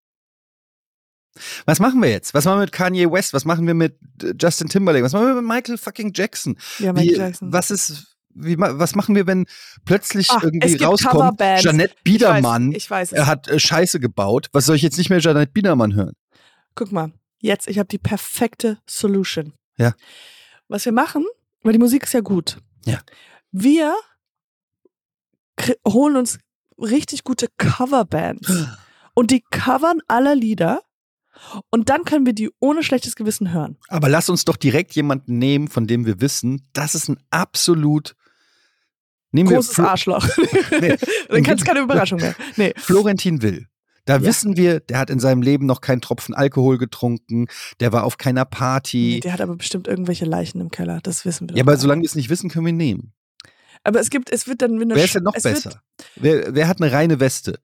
Was machen wir jetzt? Was machen wir mit Kanye West? Was machen wir mit äh, Justin Timberlake? Was machen wir mit Michael fucking Jackson?
Ja, Michael
Wie,
Jackson.
Was ist, wie, ma- was machen wir, wenn plötzlich
Ah, es
irgendwie
gibt
rauskommt,
Coverbands.
Jeanette
Ich
Biedermann
weiß, ich weiß es.
er hat äh, Scheiße gebaut. Was soll ich jetzt nicht mehr Jeanette Biedermann hören?
Guck mal, jetzt, ich habe die perfekte Solution.
Ja.
Was wir machen, weil die Musik ist ja gut.
Ja.
Wir kri- holen uns richtig gute Coverbands und die covern alle Lieder und dann können wir die ohne schlechtes Gewissen hören.
Aber lass uns doch direkt jemanden nehmen, von dem wir wissen, das ist ein absolut nehmen wir
Großes
Flo-
Arschloch.
Nee.
Dann kann es keine Überraschung mehr. Nee.
Florentin Will. Da
Ja.
wissen wir, der hat in seinem Leben noch keinen Tropfen Alkohol getrunken, der war auf keiner Party.
Nee, der hat aber bestimmt irgendwelche Leichen im Keller, das wissen wir
Ja,
doch.
aber solange wir es nicht wissen, können wir ihn nehmen.
Aber es gibt, es wird dann eine
Wer ist denn noch
es wird-
besser? Wer, wer hat eine reine Weste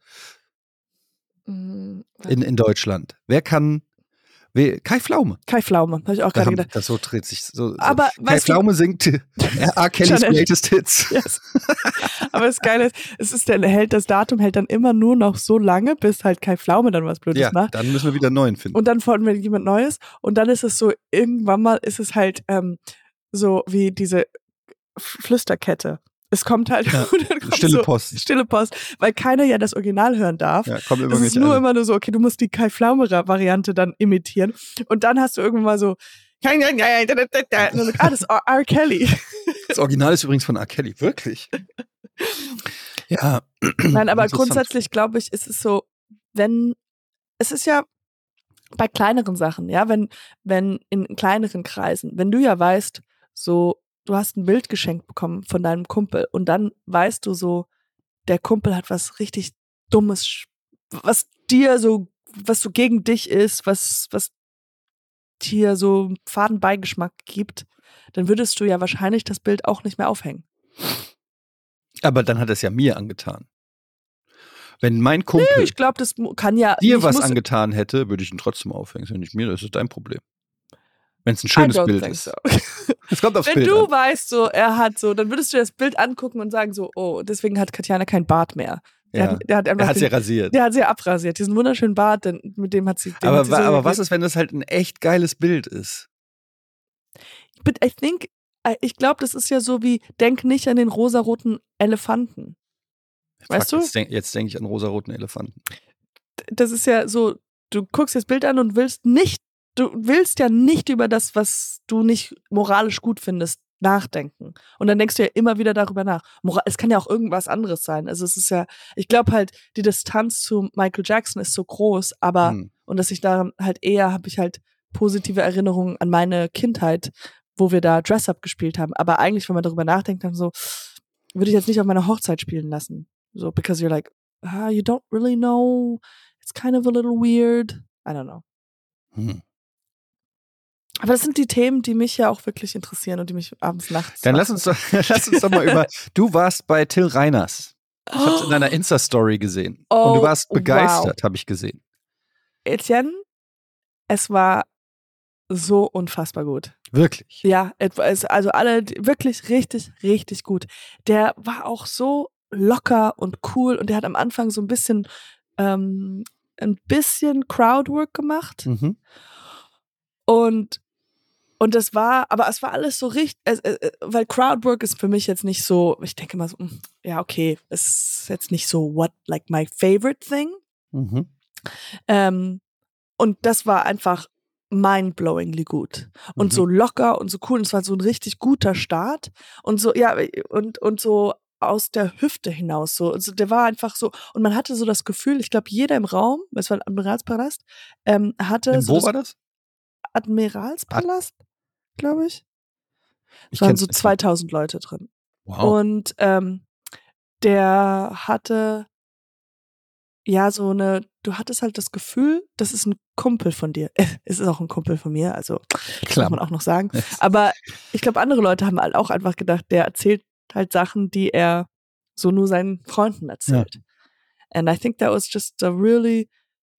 Mm,
in, in Deutschland? Wer kann. Wer, Kai Pflaume.
Kai Pflaume, habe ich auch
Da
gerade
haben,
gedacht.
das so dreht sich so.
Aber
so. Kai
weißt du-
Pflaume singt äh, R. Kelly's
Jeanette.
Greatest Hits.
Yes. Aber das Geile ist, es ist der, hält, das Datum hält dann immer nur noch so lange, bis halt Kai Pflaume dann was Blödes
Ja,
macht.
dann müssen wir wieder einen neuen finden.
Und dann folgen wir jemand Neues. Und dann ist es so, irgendwann mal ist es halt ähm, so wie diese F- Flüsterkette. Es kommt halt
Ja,
und dann kommt
Stille
so,
Post.
Stille Post, weil keiner ja das Original hören darf.
Ja, kommt immer
Es ist
welche
nur
an.
immer nur so, okay, du musst die Kai Pflaume-Variante dann imitieren. Und dann hast du irgendwann mal so, ah, das ist R. R. Kelly.
Das Original ist übrigens von R. Kelly. Wirklich? Ja.
Nein, aber
Interessant.
grundsätzlich glaube ich, ist es so, wenn, es ist ja bei kleineren Sachen, ja, wenn, wenn in kleineren Kreisen, wenn du ja weißt, so, du hast ein Bild geschenkt bekommen von deinem Kumpel und dann weißt du so, der Kumpel hat was richtig Dummes, sch- was dir so, was so gegen dich ist, was, was dir so einen faden Beigeschmack gibt, dann würdest du ja wahrscheinlich das Bild auch nicht mehr aufhängen.
Aber dann hat er es ja mir angetan. Wenn mein Kumpel
Ich glaube, das mu- kann ja
dir
nicht,
was
muss,
angetan hätte, würde ich ihn trotzdem aufhängen. Ist ja nicht mir, das ist dein Problem. Wenn es ein
I
schönes
don't
Bild
think
ist.
so.
Es kommt aufs
Wenn
Bild
du
an.
weißt, so, er hat so, dann würdest du das Bild angucken und sagen so, oh, deswegen hat Katjana keinen Bart mehr. Der,
Ja.
hat, der hat einfach
Er hat es ja
den,
rasiert.
der hat sie ja abrasiert, diesen wunderschönen Bart, den, mit dem hat sie. Den
Aber,
hat sie
wa-
so
aber was
reagiert.
ist, wenn das halt ein echt geiles Bild ist?
But I think, I- ich glaube, das ist ja so wie, denk nicht an den rosaroten Elefanten. Weißt
Fuck,
du?
Jetzt denke jetzt denk ich an rosaroten Elefanten.
Das ist ja so, du guckst dir das Bild an und willst nicht, du willst ja nicht über das, was du nicht moralisch gut findest, nachdenken. Und dann denkst du ja immer wieder darüber nach. Moral, es kann ja auch irgendwas anderes sein. Also es ist ja, ich glaube halt, die Distanz zu Michael Jackson ist so groß, aber, hm. und dass ich daran halt eher, habe ich halt positive Erinnerungen an meine Kindheit, wo wir da Dress-Up gespielt haben. Aber eigentlich, wenn man darüber nachdenkt, dann so, würde ich jetzt nicht auf meiner Hochzeit spielen lassen. So, because you're like, ah, you don't really know, it's kind of a little weird. I don't know. Hm. Aber das sind die Themen, die mich ja auch wirklich interessieren und die mich abends, nachts.
Dann lass uns, doch, lass uns doch mal über. Du warst bei Till Reiners. Ich oh. hab's in deiner Insta-Story gesehen. Oh, und du warst begeistert, wow. habe ich gesehen.
Etienne, es war so unfassbar gut.
Wirklich?
Ja, also alle wirklich richtig, richtig gut. Der war auch so locker und cool und der hat am Anfang so ein bisschen, ähm, ein bisschen Crowdwork gemacht. Mhm. Und Und das war, aber es war alles so richtig, äh, weil Crowdwork ist für mich jetzt nicht so, ich denke mal so, ja, okay, es ist jetzt nicht so what, like my favorite thing. Mhm. Ähm, und das war einfach mindblowingly gut. Und mhm. so locker und so cool. Und es war so ein richtig guter Start. Und so, ja, und, und so aus der Hüfte hinaus. So. Also der war einfach so, und man hatte so das Gefühl, ich glaube, jeder im Raum, es war ein Admiralspalast, ähm, hatte.
In
so
wo
das
war das?
Admiralspalast? Glaube ich. Es waren so zweitausend Leute drin.
Wow.
Und ähm, der hatte ja so eine, du hattest halt das Gefühl, das ist ein Kumpel von dir. Es ist auch ein Kumpel von mir, also das muss man auch noch sagen. Aber ich glaube, andere Leute haben halt auch einfach gedacht, der erzählt halt Sachen, die er so nur seinen Freunden erzählt. Ja. And I think that was just a really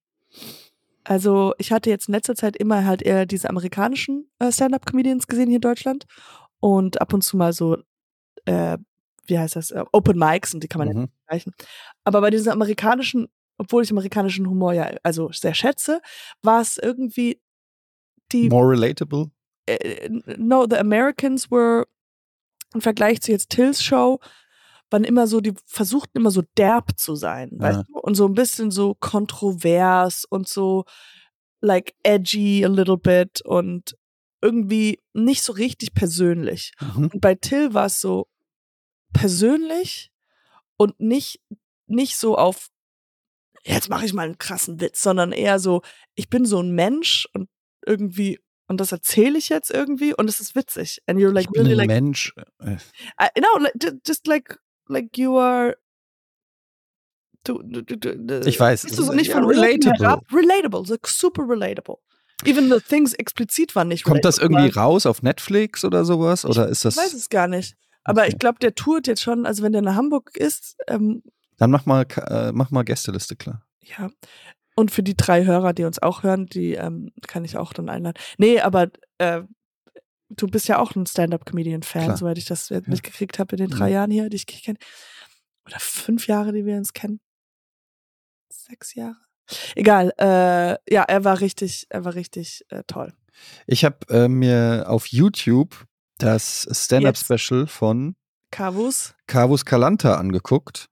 Also ich hatte jetzt in letzter Zeit immer halt eher diese amerikanischen äh, Stand-Up-Comedians gesehen hier in Deutschland und ab und zu mal so, äh, wie heißt das, äh, Open Mics und die kann man mhm. nicht vergleichen. Aber bei diesen amerikanischen, obwohl ich amerikanischen Humor ja also sehr schätze, war es irgendwie die
More relatable?
Äh, no, the Americans were im Vergleich zu jetzt Tills Show waren immer so, die versuchten immer so derb zu sein, ja. weißt du? Und so ein bisschen so kontrovers und so like edgy a little bit und irgendwie nicht so richtig persönlich. Mhm. Und bei Till war es so persönlich und nicht, nicht so auf, jetzt mache ich mal einen krassen Witz, sondern eher so, ich bin so ein Mensch und irgendwie, und das erzähle ich jetzt irgendwie und es ist witzig. And you're like
ich bin
really
ein
like
Mensch.
I, no, like, just like like you are. Du, du, du, du,
ich weiß.
Du so nicht ja, von relatable. Herab, relatable, so super relatable. Even the things explizit waren nicht
Kommt relatable. Das irgendwie raus auf Netflix oder sowas? Oder
ich
ist das?
Ich weiß es gar nicht. Aber okay. Ich glaube, der tourt jetzt schon, also wenn der nach Hamburg ist. Ähm,
Dann mach mal, äh, mach mal Gästeliste klar.
Ja. Und für die drei Hörer, die uns auch hören, die ähm, kann ich auch dann einladen. Nee, aber äh, du bist ja auch ein Stand-Up-Comedian-Fan, soweit ich das ja. mitgekriegt habe in den drei ja. Jahren hier, die ich kenne. Oder fünf Jahre, die wir uns kennen. Sechs Jahre. Egal, äh, ja, er war richtig, er war richtig äh, toll.
Ich habe äh, mir auf YouTube das Stand-Up-Special von
Kavus
Kavus Kalanta angeguckt,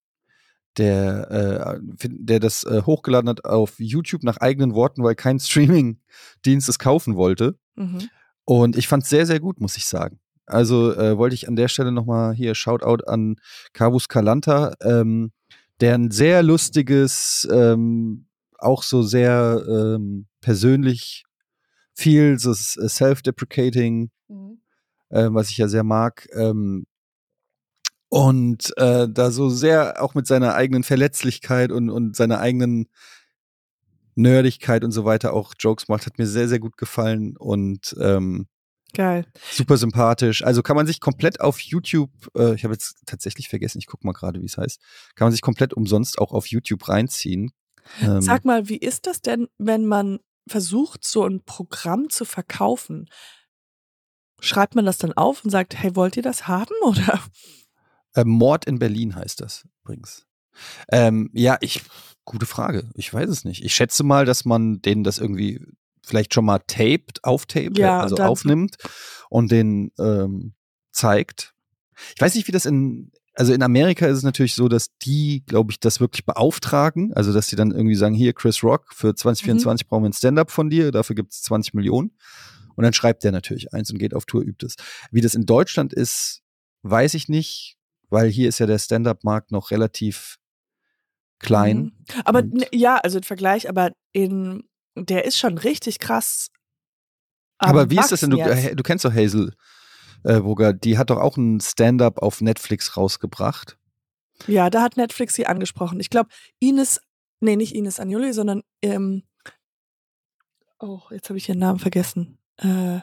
der, äh, der das äh, hochgeladen hat auf YouTube nach eigenen Worten, weil kein Streaming-Dienst es kaufen wollte. Mhm. Und ich fand es sehr, sehr gut, muss ich sagen. Also äh, wollte ich an der Stelle nochmal hier Shoutout an Kavus Kalanta, ähm, der ein sehr lustiges, ähm, auch so sehr ähm, persönlich viel so self-deprecating, mhm. äh, was ich ja sehr mag, ähm, und äh, da so sehr auch mit seiner eigenen Verletzlichkeit und, und seiner eigenen Nerdigkeit und so weiter auch Jokes macht, hat mir sehr, sehr gut gefallen und ähm,
geil.
Super sympathisch. Also kann man sich komplett auf YouTube, äh, ich habe jetzt tatsächlich vergessen, ich gucke mal gerade, wie es heißt, kann man sich komplett umsonst auch auf YouTube reinziehen.
Ähm, Sag mal, wie ist das denn, wenn man versucht, so ein Programm zu verkaufen? Schreibt man das dann auf und sagt, hey, wollt ihr das haben, oder?
Äh, Mord in Berlin heißt das übrigens. Ähm, ja, ich, gute Frage. Ich weiß es nicht. Ich schätze mal, dass man denen das irgendwie vielleicht schon mal taped, auftaped,
ja,
also aufnimmt und den ähm, zeigt. Ich weiß nicht, wie das in, also in Amerika ist es natürlich so, dass die, glaube ich, das wirklich beauftragen. Also, dass sie dann irgendwie sagen, hier, Chris Rock, für zwanzig vierundzwanzig mhm. brauchen wir ein Stand-Up von dir, dafür gibt es zwanzig Millionen. Und dann schreibt der natürlich eins und geht auf Tour, übt es. Wie das in Deutschland ist, weiß ich nicht, weil hier ist ja der Stand-up-Markt noch relativ klein.
Mhm. Aber
Und-
n- ja, also im Vergleich, aber in, der ist schon richtig krass. am
Aber wie ist das denn? Du,
Wachsen jetzt.
du kennst doch Hazel äh, Brugger, die hat doch auch ein Stand-up auf Netflix rausgebracht.
Ja, da hat Netflix sie angesprochen. Ich glaube, Ines, nee, nicht Ines Agnoli, sondern, ähm, oh, jetzt habe ich ihren Namen vergessen. Äh,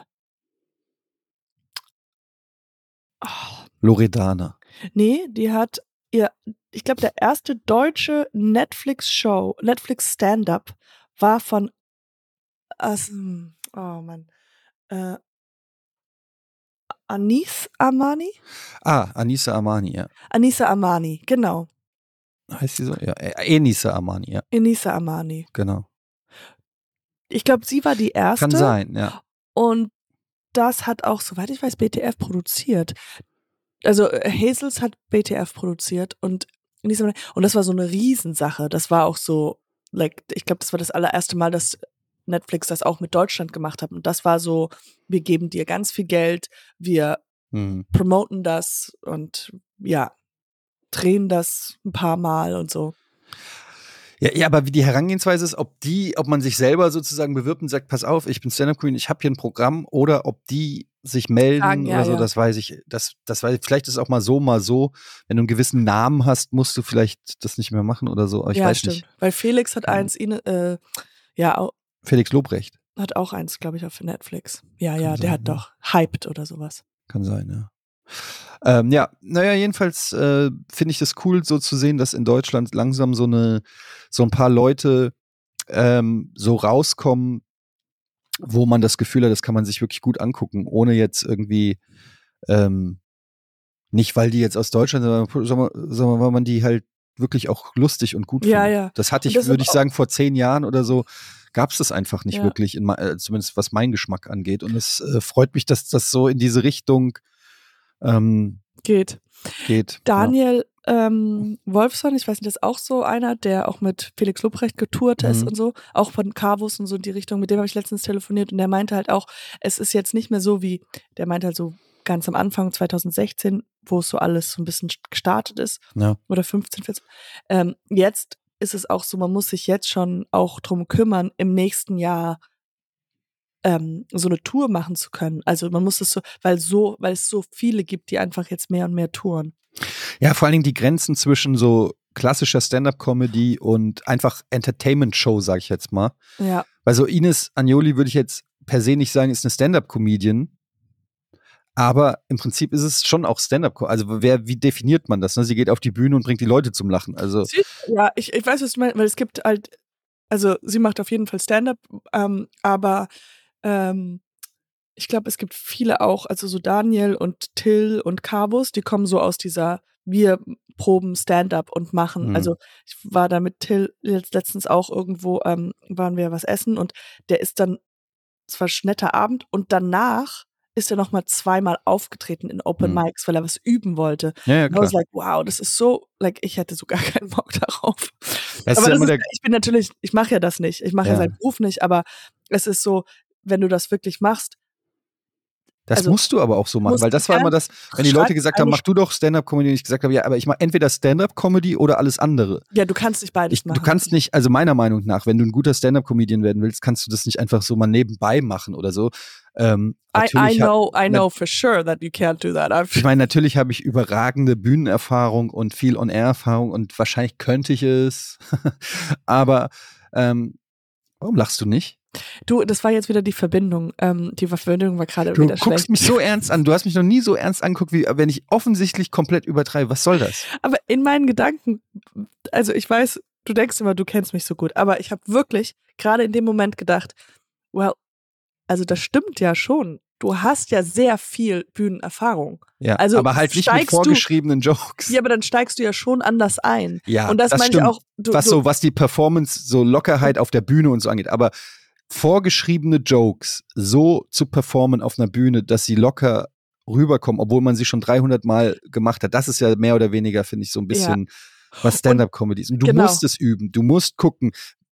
oh,
Loredana.
nee, die hat ihr, ich glaube, der erste deutsche Netflix-Show, Netflix-Stand-up war von, As, oh Mann, äh, Anis Amani?
Ah, Anissa Amani, ja.
Anissa Amani, genau.
Heißt sie so? Ja, äh, Enisa Amani, ja,
Enisa Amani.
genau.
Ich glaube, sie war die erste.
Kann sein, ja.
Und das hat auch, soweit ich weiß, B T F produziert. Also äh, Hazels hat B T F produziert und Enisa Amani, und das war so eine Riesensache. Das war auch so, like, ich glaube, das war das allererste Mal, dass Netflix das auch mit Deutschland gemacht hat. Und das war so, wir geben dir ganz viel Geld, wir
Hm.
promoten das und ja, drehen das ein paar Mal und so.
Ja, ja, aber wie die Herangehensweise ist, ob die, ob man sich selber sozusagen bewirbt und sagt, pass auf, ich bin Stand-Up-Queen, ich habe hier ein Programm, oder ob die sich melden
Sagen, ja,
oder so,
ja.
das weiß ich. Das, das weiß ich. Vielleicht ist es auch mal so, mal so. Wenn du einen gewissen Namen hast, musst du vielleicht das nicht mehr machen oder so. Aber ich
ja,
weiß
stimmt.
nicht.
Weil Felix hat
Keine
eins, Ine, äh, ja, au-
Felix Lobrecht.
hat auch eins, glaube ich, auf Netflix. Ja,
Kann
ja, der
sein,
hat
ja.
doch Hyped oder sowas.
Kann sein, ja. Ähm, ja, naja, jedenfalls äh, finde ich das cool, so zu sehen, dass in Deutschland langsam so eine, so ein paar Leute ähm, so rauskommen, wo man das Gefühl hat, das kann man sich wirklich gut angucken, ohne jetzt irgendwie ähm, nicht, weil die jetzt aus Deutschland sind, sondern, sondern weil man die halt wirklich auch lustig und gut
Ja,
findet.
ja.
Das hatte
Und
ich,
das
würde
ist
ich
auch-
sagen, vor zehn Jahren oder so gab es das einfach nicht
Ja.
wirklich, in, me- äh, zumindest was meinen Geschmack angeht. Und es äh, freut mich, dass das so in diese Richtung ähm,
Geht.
geht.
Daniel ähm, Wolfson, ich weiß nicht, das ist auch so einer, der auch mit Felix Lobrecht getourt ist
Mhm.
und so, auch von Carvus und so in die Richtung, mit dem habe ich letztens telefoniert und der meinte halt auch, es ist jetzt nicht mehr so wie, der meinte halt so ganz am Anfang zwanzig sechzehn, wo es so alles so ein bisschen gestartet ist,
Ja.
oder fünfzehn, vierzehn. Ähm, jetzt ist es auch so, man muss sich jetzt schon auch drum kümmern, im nächsten Jahr ähm, so eine Tour machen zu können. Also man muss es so, weil so, weil es so viele gibt, die einfach jetzt mehr und mehr touren.
Ja, vor allen Dingen die Grenzen zwischen so klassischer Stand-up-Comedy und einfach Entertainment-Show, sag ich jetzt mal.
Ja.
Weil so Ines Agnoli würde ich jetzt per se nicht sagen, ist eine Stand-up-Comedian. Aber im Prinzip ist es schon auch Stand-up. Also wer, wie definiert man das? Ne? Sie geht auf die Bühne und bringt die Leute zum Lachen. Also
Sie, ja, ich, ich weiß, was du meinst, weil es gibt halt, also sie macht auf jeden Fall Stand-up, ähm, aber ähm, ich glaube, es gibt viele auch, also so Daniel und Till und Carvus, die kommen so aus dieser, wir proben Stand-up und machen.
Mhm.
Also ich war da mit Till jetzt letztens auch irgendwo, ähm, waren wir was essen und der ist dann, es war ein netter Abend und danach ist er noch mal zweimal aufgetreten in Open
Mhm.
Mics, weil er was üben wollte.
ja, ja,
Und I was
klar.
like, wow, das ist so, like, ich hätte so gar keinen Bock darauf.
Das ist
aber
ja
das
immer
ist,
der,
ich bin natürlich, ich mache ja das nicht. Ich mache ja.
Ja.
seinen Beruf nicht, aber es ist so, wenn du das wirklich machst,
das
also,
musst du aber auch so machen,
musst
weil
du
das war immer
ganz
das, wenn die Leute
schreib
gesagt haben,
eine
mach du doch Stand-up-Comedy, und ich gesagt habe, ja, aber ich mache entweder Stand-up-Comedy oder alles andere.
Ja, du kannst nicht beides
Ich, du
machen.
kannst nicht, also meiner Meinung nach, wenn du ein guter Stand-up-Comedian werden willst, kannst du das nicht einfach so mal nebenbei machen oder so. Ähm,
I, I
natürlich ha-
know, I
na-
know for sure that you can't do that. I've,
Ich meine, natürlich habe ich überragende Bühnenerfahrung und viel On-Air-Erfahrung und wahrscheinlich könnte ich es. Aber ähm, warum lachst du nicht?
du, das war jetzt wieder die Verbindung. Ähm, die Verbindung war gerade
Du
wieder
guckst
schlecht.
mich so ernst an. Du hast mich noch nie so ernst angeguckt, wie wenn ich offensichtlich komplett übertreibe. Was soll das?
Aber in meinen Gedanken, also ich weiß, du denkst immer, du kennst mich so gut, aber ich habe wirklich gerade in dem Moment gedacht, well, also das stimmt ja schon. Du hast ja sehr viel Bühnenerfahrung.
Ja,
Also
aber halt nicht mit
steigst du-
vorgeschriebenen Jokes.
Ja, aber dann steigst du ja schon anders ein.
Ja,
Und das,
das
meine
stimmt.
ich auch. Du,
was
du,
so, was die Performance, so Lockerheit auf der Bühne und so angeht. Aber vorgeschriebene Jokes so zu performen auf einer Bühne, dass sie locker rüberkommen, obwohl man sie schon dreihundert Mal gemacht hat, das ist ja mehr oder weniger, finde ich, so ein bisschen, was Stand-up-Comedy ist. Und du
genau.
musst es üben. Du musst gucken,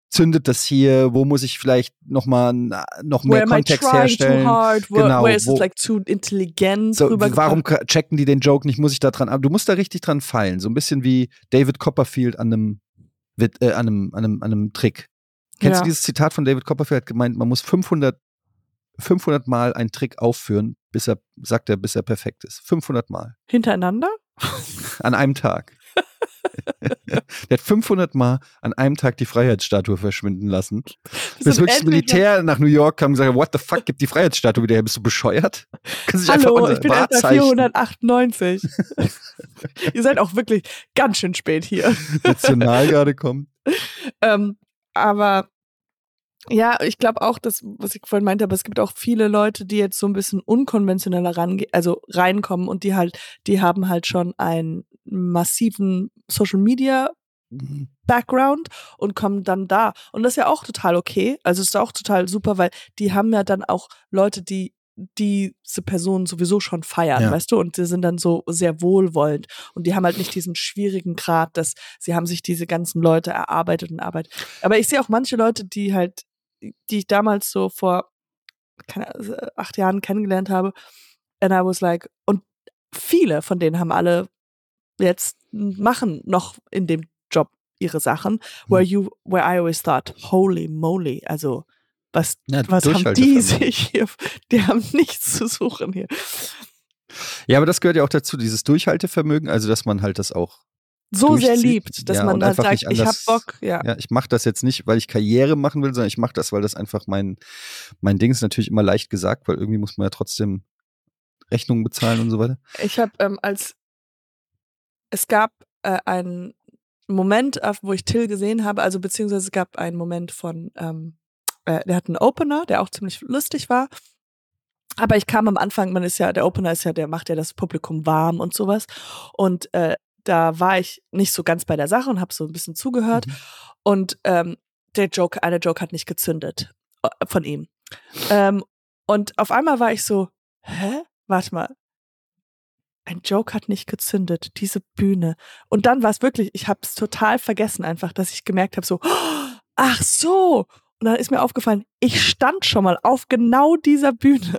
zündet das hier, wo muss ich vielleicht noch mal noch mehr
where
Kontext
am I trying
herstellen.
Too hard? Where,
genau,
where is
wo,
it like too intelligent
so,
rübergebracht?
warum checken die den Joke nicht? Muss ich da dran, aber du musst da richtig dran fallen. So ein bisschen wie David Copperfield an einem, äh, an einem, an einem, an einem Trick. Kennst
Ja.
du dieses Zitat von David Copperfield? Er hat gemeint, man muss fünfhundert, fünfhundert Mal einen Trick aufführen, bis er, sagt er, bis er perfekt ist. fünfhundert Mal.
Hintereinander?
An einem Tag. Der hat fünfhundert Mal an einem Tag die Freiheitsstatue verschwinden lassen. Bis wirklich das Militär nach New York kam und gesagt, what the fuck, gib die Freiheitsstatue wieder her, bist du bescheuert? Kannst du dich
Hallo,
einfach
ich bin erst bei vierhundertachtundneunzig. Ihr seid auch wirklich ganz schön spät hier.
Nationalgarde kommt.
ähm, aber ja, ich glaube auch, dass, was ich vorhin meinte, aber es gibt auch viele Leute, die jetzt so ein bisschen unkonventioneller range- also reinkommen und die halt, die haben halt schon einen massiven Social Media Background und kommen dann da. Und das ist ja auch total okay. Also ist auch total super, weil die haben ja dann auch Leute, die diese Personen sowieso schon feiern, ja. weißt du? Und die sind dann so sehr wohlwollend. Und die haben halt nicht diesen schwierigen Grad, dass sie haben sich diese ganzen Leute erarbeitet und arbeitet. Aber ich sehe auch manche Leute, die halt, die ich damals so vor keine, acht Jahren kennengelernt habe. And I was like, und viele von denen haben alle jetzt machen noch in dem Job ihre Sachen, where you, where I always thought, holy moly, also was, ja, was haben die sich hier, die haben nichts zu suchen hier.
Ja, aber das gehört ja auch dazu, dieses Durchhaltevermögen, also dass man halt das auch
so sehr liebt, dass
ja,
man halt sagt,
anders,
ich hab Bock, ja.
ja ich mache das jetzt nicht, weil ich Karriere machen will, sondern ich mache das, weil das einfach mein, mein Ding ist, natürlich immer leicht gesagt, weil irgendwie muss man ja trotzdem Rechnungen bezahlen und so weiter.
Ich habe ähm, als es gab äh, einen Moment, wo ich Till gesehen habe, also beziehungsweise es gab einen Moment von, ähm, äh, der hat einen Opener, der auch ziemlich lustig war. Aber ich kam am Anfang, man ist ja, der Opener ist ja, der macht ja das Publikum warm und sowas. Und äh, da war ich nicht so ganz bei der Sache und habe so ein bisschen zugehört. Mhm. Und ähm, der Joke, eine Joke hat nicht gezündet äh, von ihm. Ähm, und auf einmal war ich so, hä? Warte mal. Ein Joke hat nicht gezündet, diese Bühne. Und dann war es wirklich, ich habe es total vergessen einfach, dass ich gemerkt habe so, ach so. Und dann ist mir aufgefallen, ich stand schon mal auf genau dieser Bühne.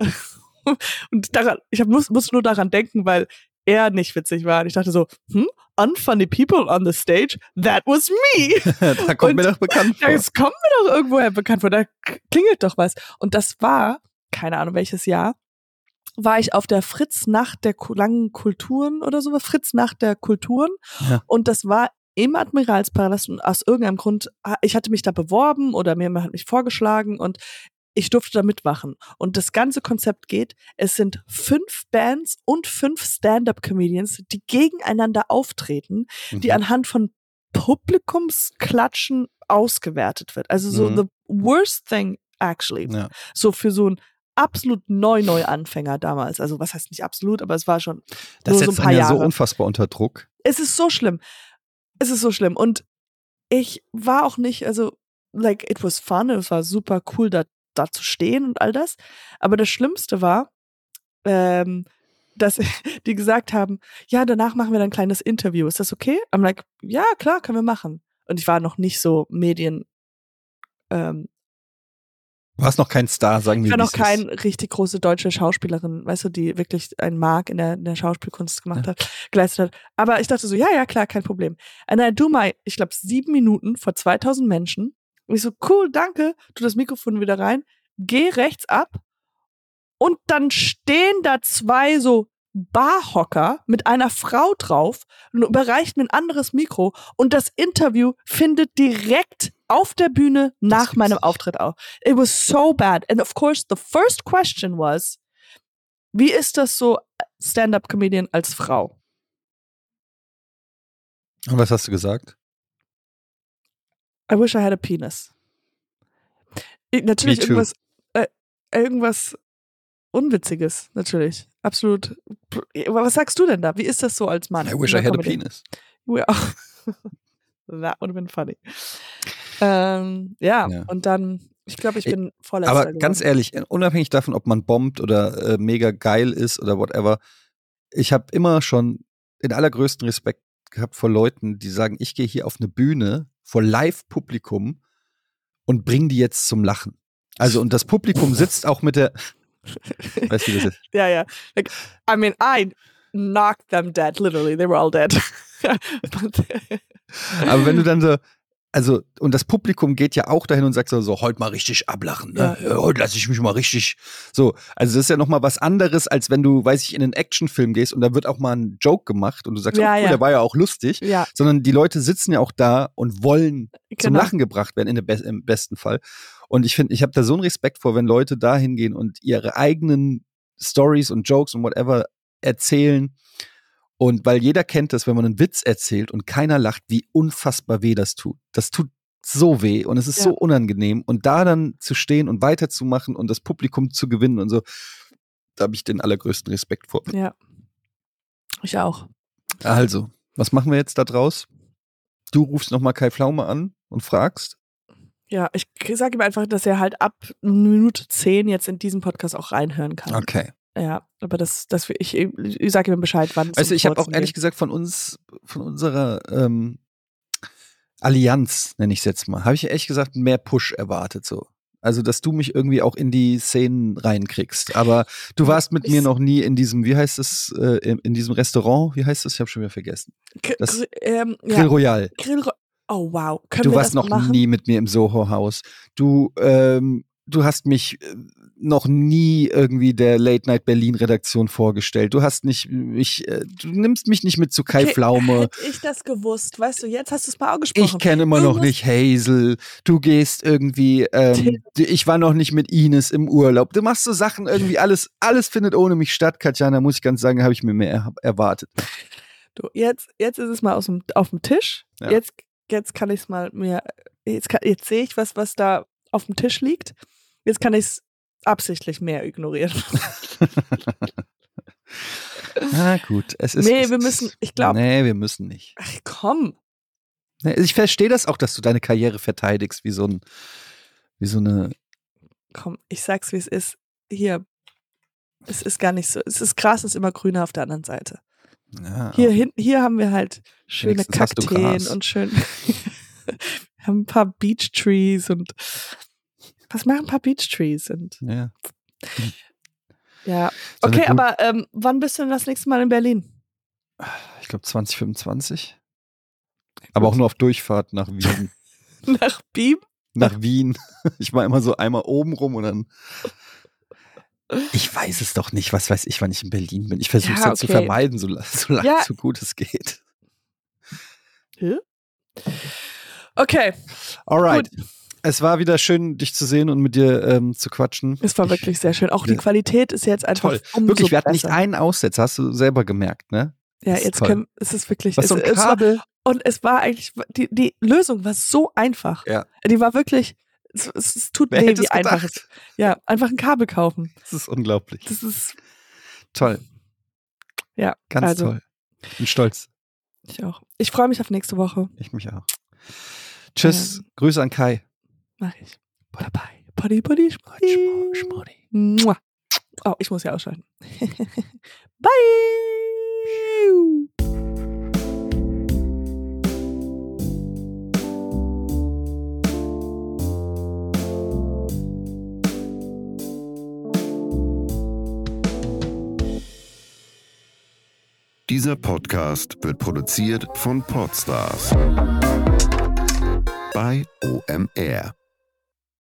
Und daran, ich hab, muss, muss nur daran denken, weil er nicht witzig war. Und ich dachte so, hm, unfunny people on the stage, that was me.
Da kommt und mir doch bekannt vor.
Das kommt mir doch irgendwoher bekannt vor, da klingelt doch was. Und das war, keine Ahnung welches Jahr, war ich auf der Fritz-Nacht der langen Kulturen oder sowas, Fritz-Nacht der Kulturen. Ja. Und das war im Admiralspalast und aus irgendeinem Grund, ich hatte mich da beworben oder mir hat mich vorgeschlagen und ich durfte da mitmachen. Und das ganze Konzept geht, es sind fünf Bands und fünf Stand-Up-Comedians, die gegeneinander auftreten, mhm. die anhand von Publikumsklatschen ausgewertet wird. Also so mhm. the worst thing actually. Ja. So für so ein absolut Neu-Neu-Anfänger damals. Also was heißt nicht absolut, aber es war schon
das
nur so ein paar
ja
Jahre.
So unfassbar unter Druck.
Es ist so schlimm. Es ist so schlimm. Und ich war auch nicht, also like it was fun, es war super cool, da, da zu stehen und all das. Aber das Schlimmste war, ähm, dass die gesagt haben, ja, danach machen wir dann ein kleines Interview. Ist das okay? I'm like, ja, klar, können wir machen. Und ich war noch nicht so Medien ähm,
Du hast noch keinen Star, sagen wir.
Ich war noch keine richtig große deutsche Schauspielerin, weißt du, die wirklich einen Mark in der, in der Schauspielkunst gemacht ja. hat, geleistet hat. Aber ich dachte so, ja, ja, klar, kein Problem. And I do my, ich glaube, sieben Minuten vor zweitausend Menschen. Und ich so, cool, danke, tu das Mikrofon wieder rein, geh rechts ab und dann stehen da zwei so Barhocker mit einer Frau drauf und überreicht mir ein anderes Mikro und das Interview findet direkt auf der Bühne nach meinem Auftritt auf. It was so bad. And of course, the first question was, wie ist das so, Stand-Up-Comedian als Frau?
Und was hast du gesagt?
I wish I had a penis. Ich, natürlich irgendwas, äh, irgendwas Unwitziges, natürlich. Absolut. Was sagst du denn da? Wie ist das so als Mann?
I wish I had a penis.
Well, that would have been funny. Ähm, ja, ja, und dann, ich glaube, ich bin voller.
Aber ganz ehrlich, unabhängig davon, ob man bombt oder äh, mega geil ist oder whatever, ich habe immer schon den allergrößten Respekt gehabt vor Leuten, die sagen, ich gehe hier auf eine Bühne vor Live-Publikum und bring die jetzt zum Lachen. Also und das Publikum sitzt auch mit der, weißt du, wie das ist?
Ja, ja. Like, I mean, I knocked them dead, literally. They were all dead.
Aber wenn du dann so, also, und das Publikum geht ja auch dahin und sagt so, so heute mal richtig ablachen, ne? Ja. Heute lasse ich mich mal richtig, so. Also, das ist ja nochmal was anderes, als wenn du, weiß ich, in einen Actionfilm gehst und da wird auch mal ein Joke gemacht und du sagst,
ja,
oh cool,
ja.
der war ja auch lustig.
Ja.
Sondern die Leute sitzen ja auch da und wollen genau. zum Lachen gebracht werden, in der Be- im besten Fall. Und ich finde, ich habe da so einen Respekt vor, wenn Leute da hingehen und ihre eigenen Stories und Jokes und whatever erzählen. Und weil jeder kennt das, wenn man einen Witz erzählt und keiner lacht, wie unfassbar weh das tut. Das tut so weh und es ist ja. so unangenehm. Und da dann zu stehen und weiterzumachen und das Publikum zu gewinnen und so, da habe ich den allergrößten Respekt vor.
Ja, ich auch.
Also, was machen wir jetzt da draus? Du rufst nochmal Kai Pflaume an und fragst.
Ja, ich sage ihm einfach, dass er halt ab Minute zehn jetzt in diesen Podcast auch reinhören kann.
Okay.
Ja, aber das, das ich, ich sage ihm Bescheid, wann es
Also ich habe auch ehrlich
geht.
gesagt von uns, von unserer ähm, Allianz, nenne ich es jetzt mal, habe ich ehrlich gesagt mehr Push erwartet so. Also, dass du mich irgendwie auch in die Szenen reinkriegst. Aber du warst mit ich mir noch nie in diesem, wie heißt es, äh, in, in diesem Restaurant, wie heißt das? Ich habe schon wieder vergessen. Das
Gr- ähm,
Grill
ja.
Royal.
Grill Ro- Oh wow. Können
du
wir
warst
das
noch
machen?
nie mit mir im Soho-Haus. Du, ähm, du hast mich äh, noch nie irgendwie der Late-Night-Berlin-Redaktion vorgestellt. Du hast nicht mich, äh, du nimmst mich nicht mit zu Kai
Okay,
Pflaume.
Hätte ich das gewusst, weißt du, jetzt hast du es mal angesprochen.
Ich kenne immer
Du
noch
musst-
nicht Hazel. Du gehst irgendwie, ähm, ich war noch nicht mit Ines im Urlaub. Du machst so Sachen irgendwie, alles, alles findet ohne mich statt, Katjana, muss ich ganz sagen, habe ich mir mehr er- erwartet.
Du, jetzt, jetzt ist es mal aus dem, auf dem Tisch.
Ja.
Jetzt, jetzt kann ich es mal mir, jetzt, kann- jetzt sehe ich was, was da auf dem Tisch liegt. Jetzt kann ich es absichtlich mehr ignorieren.
Na gut, es ist.
Nee, wir müssen, ich glaube.
Nee, wir müssen nicht.
Ach komm.
Nee, ich verstehe das auch, dass du deine Karriere verteidigst, wie so ein, wie so eine.
Komm, ich sag's, wie es ist. Hier. Es ist gar nicht so. Es ist Gras ist immer grüner auf der anderen Seite.
Ja,
Hier hinten, hier haben wir halt schöne
Wenigstens hast du
Kakteen
Gras.
und schön. Wir haben ein paar Beach Trees und was machen ein paar Beach Trees und
ja.
ja.
So eine
Okay,
gut-
aber ähm, wann bist du denn das nächste Mal in Berlin?
Ich glaube zwanzig fünfundzwanzig. Aber auch nur auf Durchfahrt nach Wien.
Nach Beam?
nach Wien. Ich war immer so einmal oben rum und dann. Ich weiß es doch nicht, was weiß ich, wann ich in Berlin bin. Ich versuche es
Ja,
halt zu
okay.
vermeiden, so, so lange,
Ja.
so gut es geht.
Hä? Okay,
Alright.
Gut.
Es war wieder schön, dich zu sehen und mit dir ähm, zu quatschen.
es war wirklich sehr schön. Auch die
Ja.
Qualität ist jetzt einfach
Toll.
umso
Wirklich, wir hatten
besser.
nicht einen Aussetzer, hast du selber gemerkt, ne?
Ja,
Das ist
jetzt
toll.
können, es ist wirklich,
Was
es,
so ein
es war,
Kabel.
und es war eigentlich, die, die Lösung war so einfach.
Ja.
Die war wirklich, es, es, es tut
Wer
weh,
hätte
wie
es
einfach es
gedacht?
Ja, einfach ein Kabel kaufen.
Das ist unglaublich.
Das ist,
Toll.
ja,
Ganz
also,
toll. Ich bin stolz.
Ich auch. Ich freue mich auf nächste Woche.
Ich mich auch. Tschüss.
Ähm.
Grüße an Kai.
Mach ich. Bye bye. Potty, potty,
Schmori,
potty.
Schmori.
Mua. Oh, ich muss ja ausschalten. Bye.
Dieser Podcast wird produziert von Podstars bei O M R.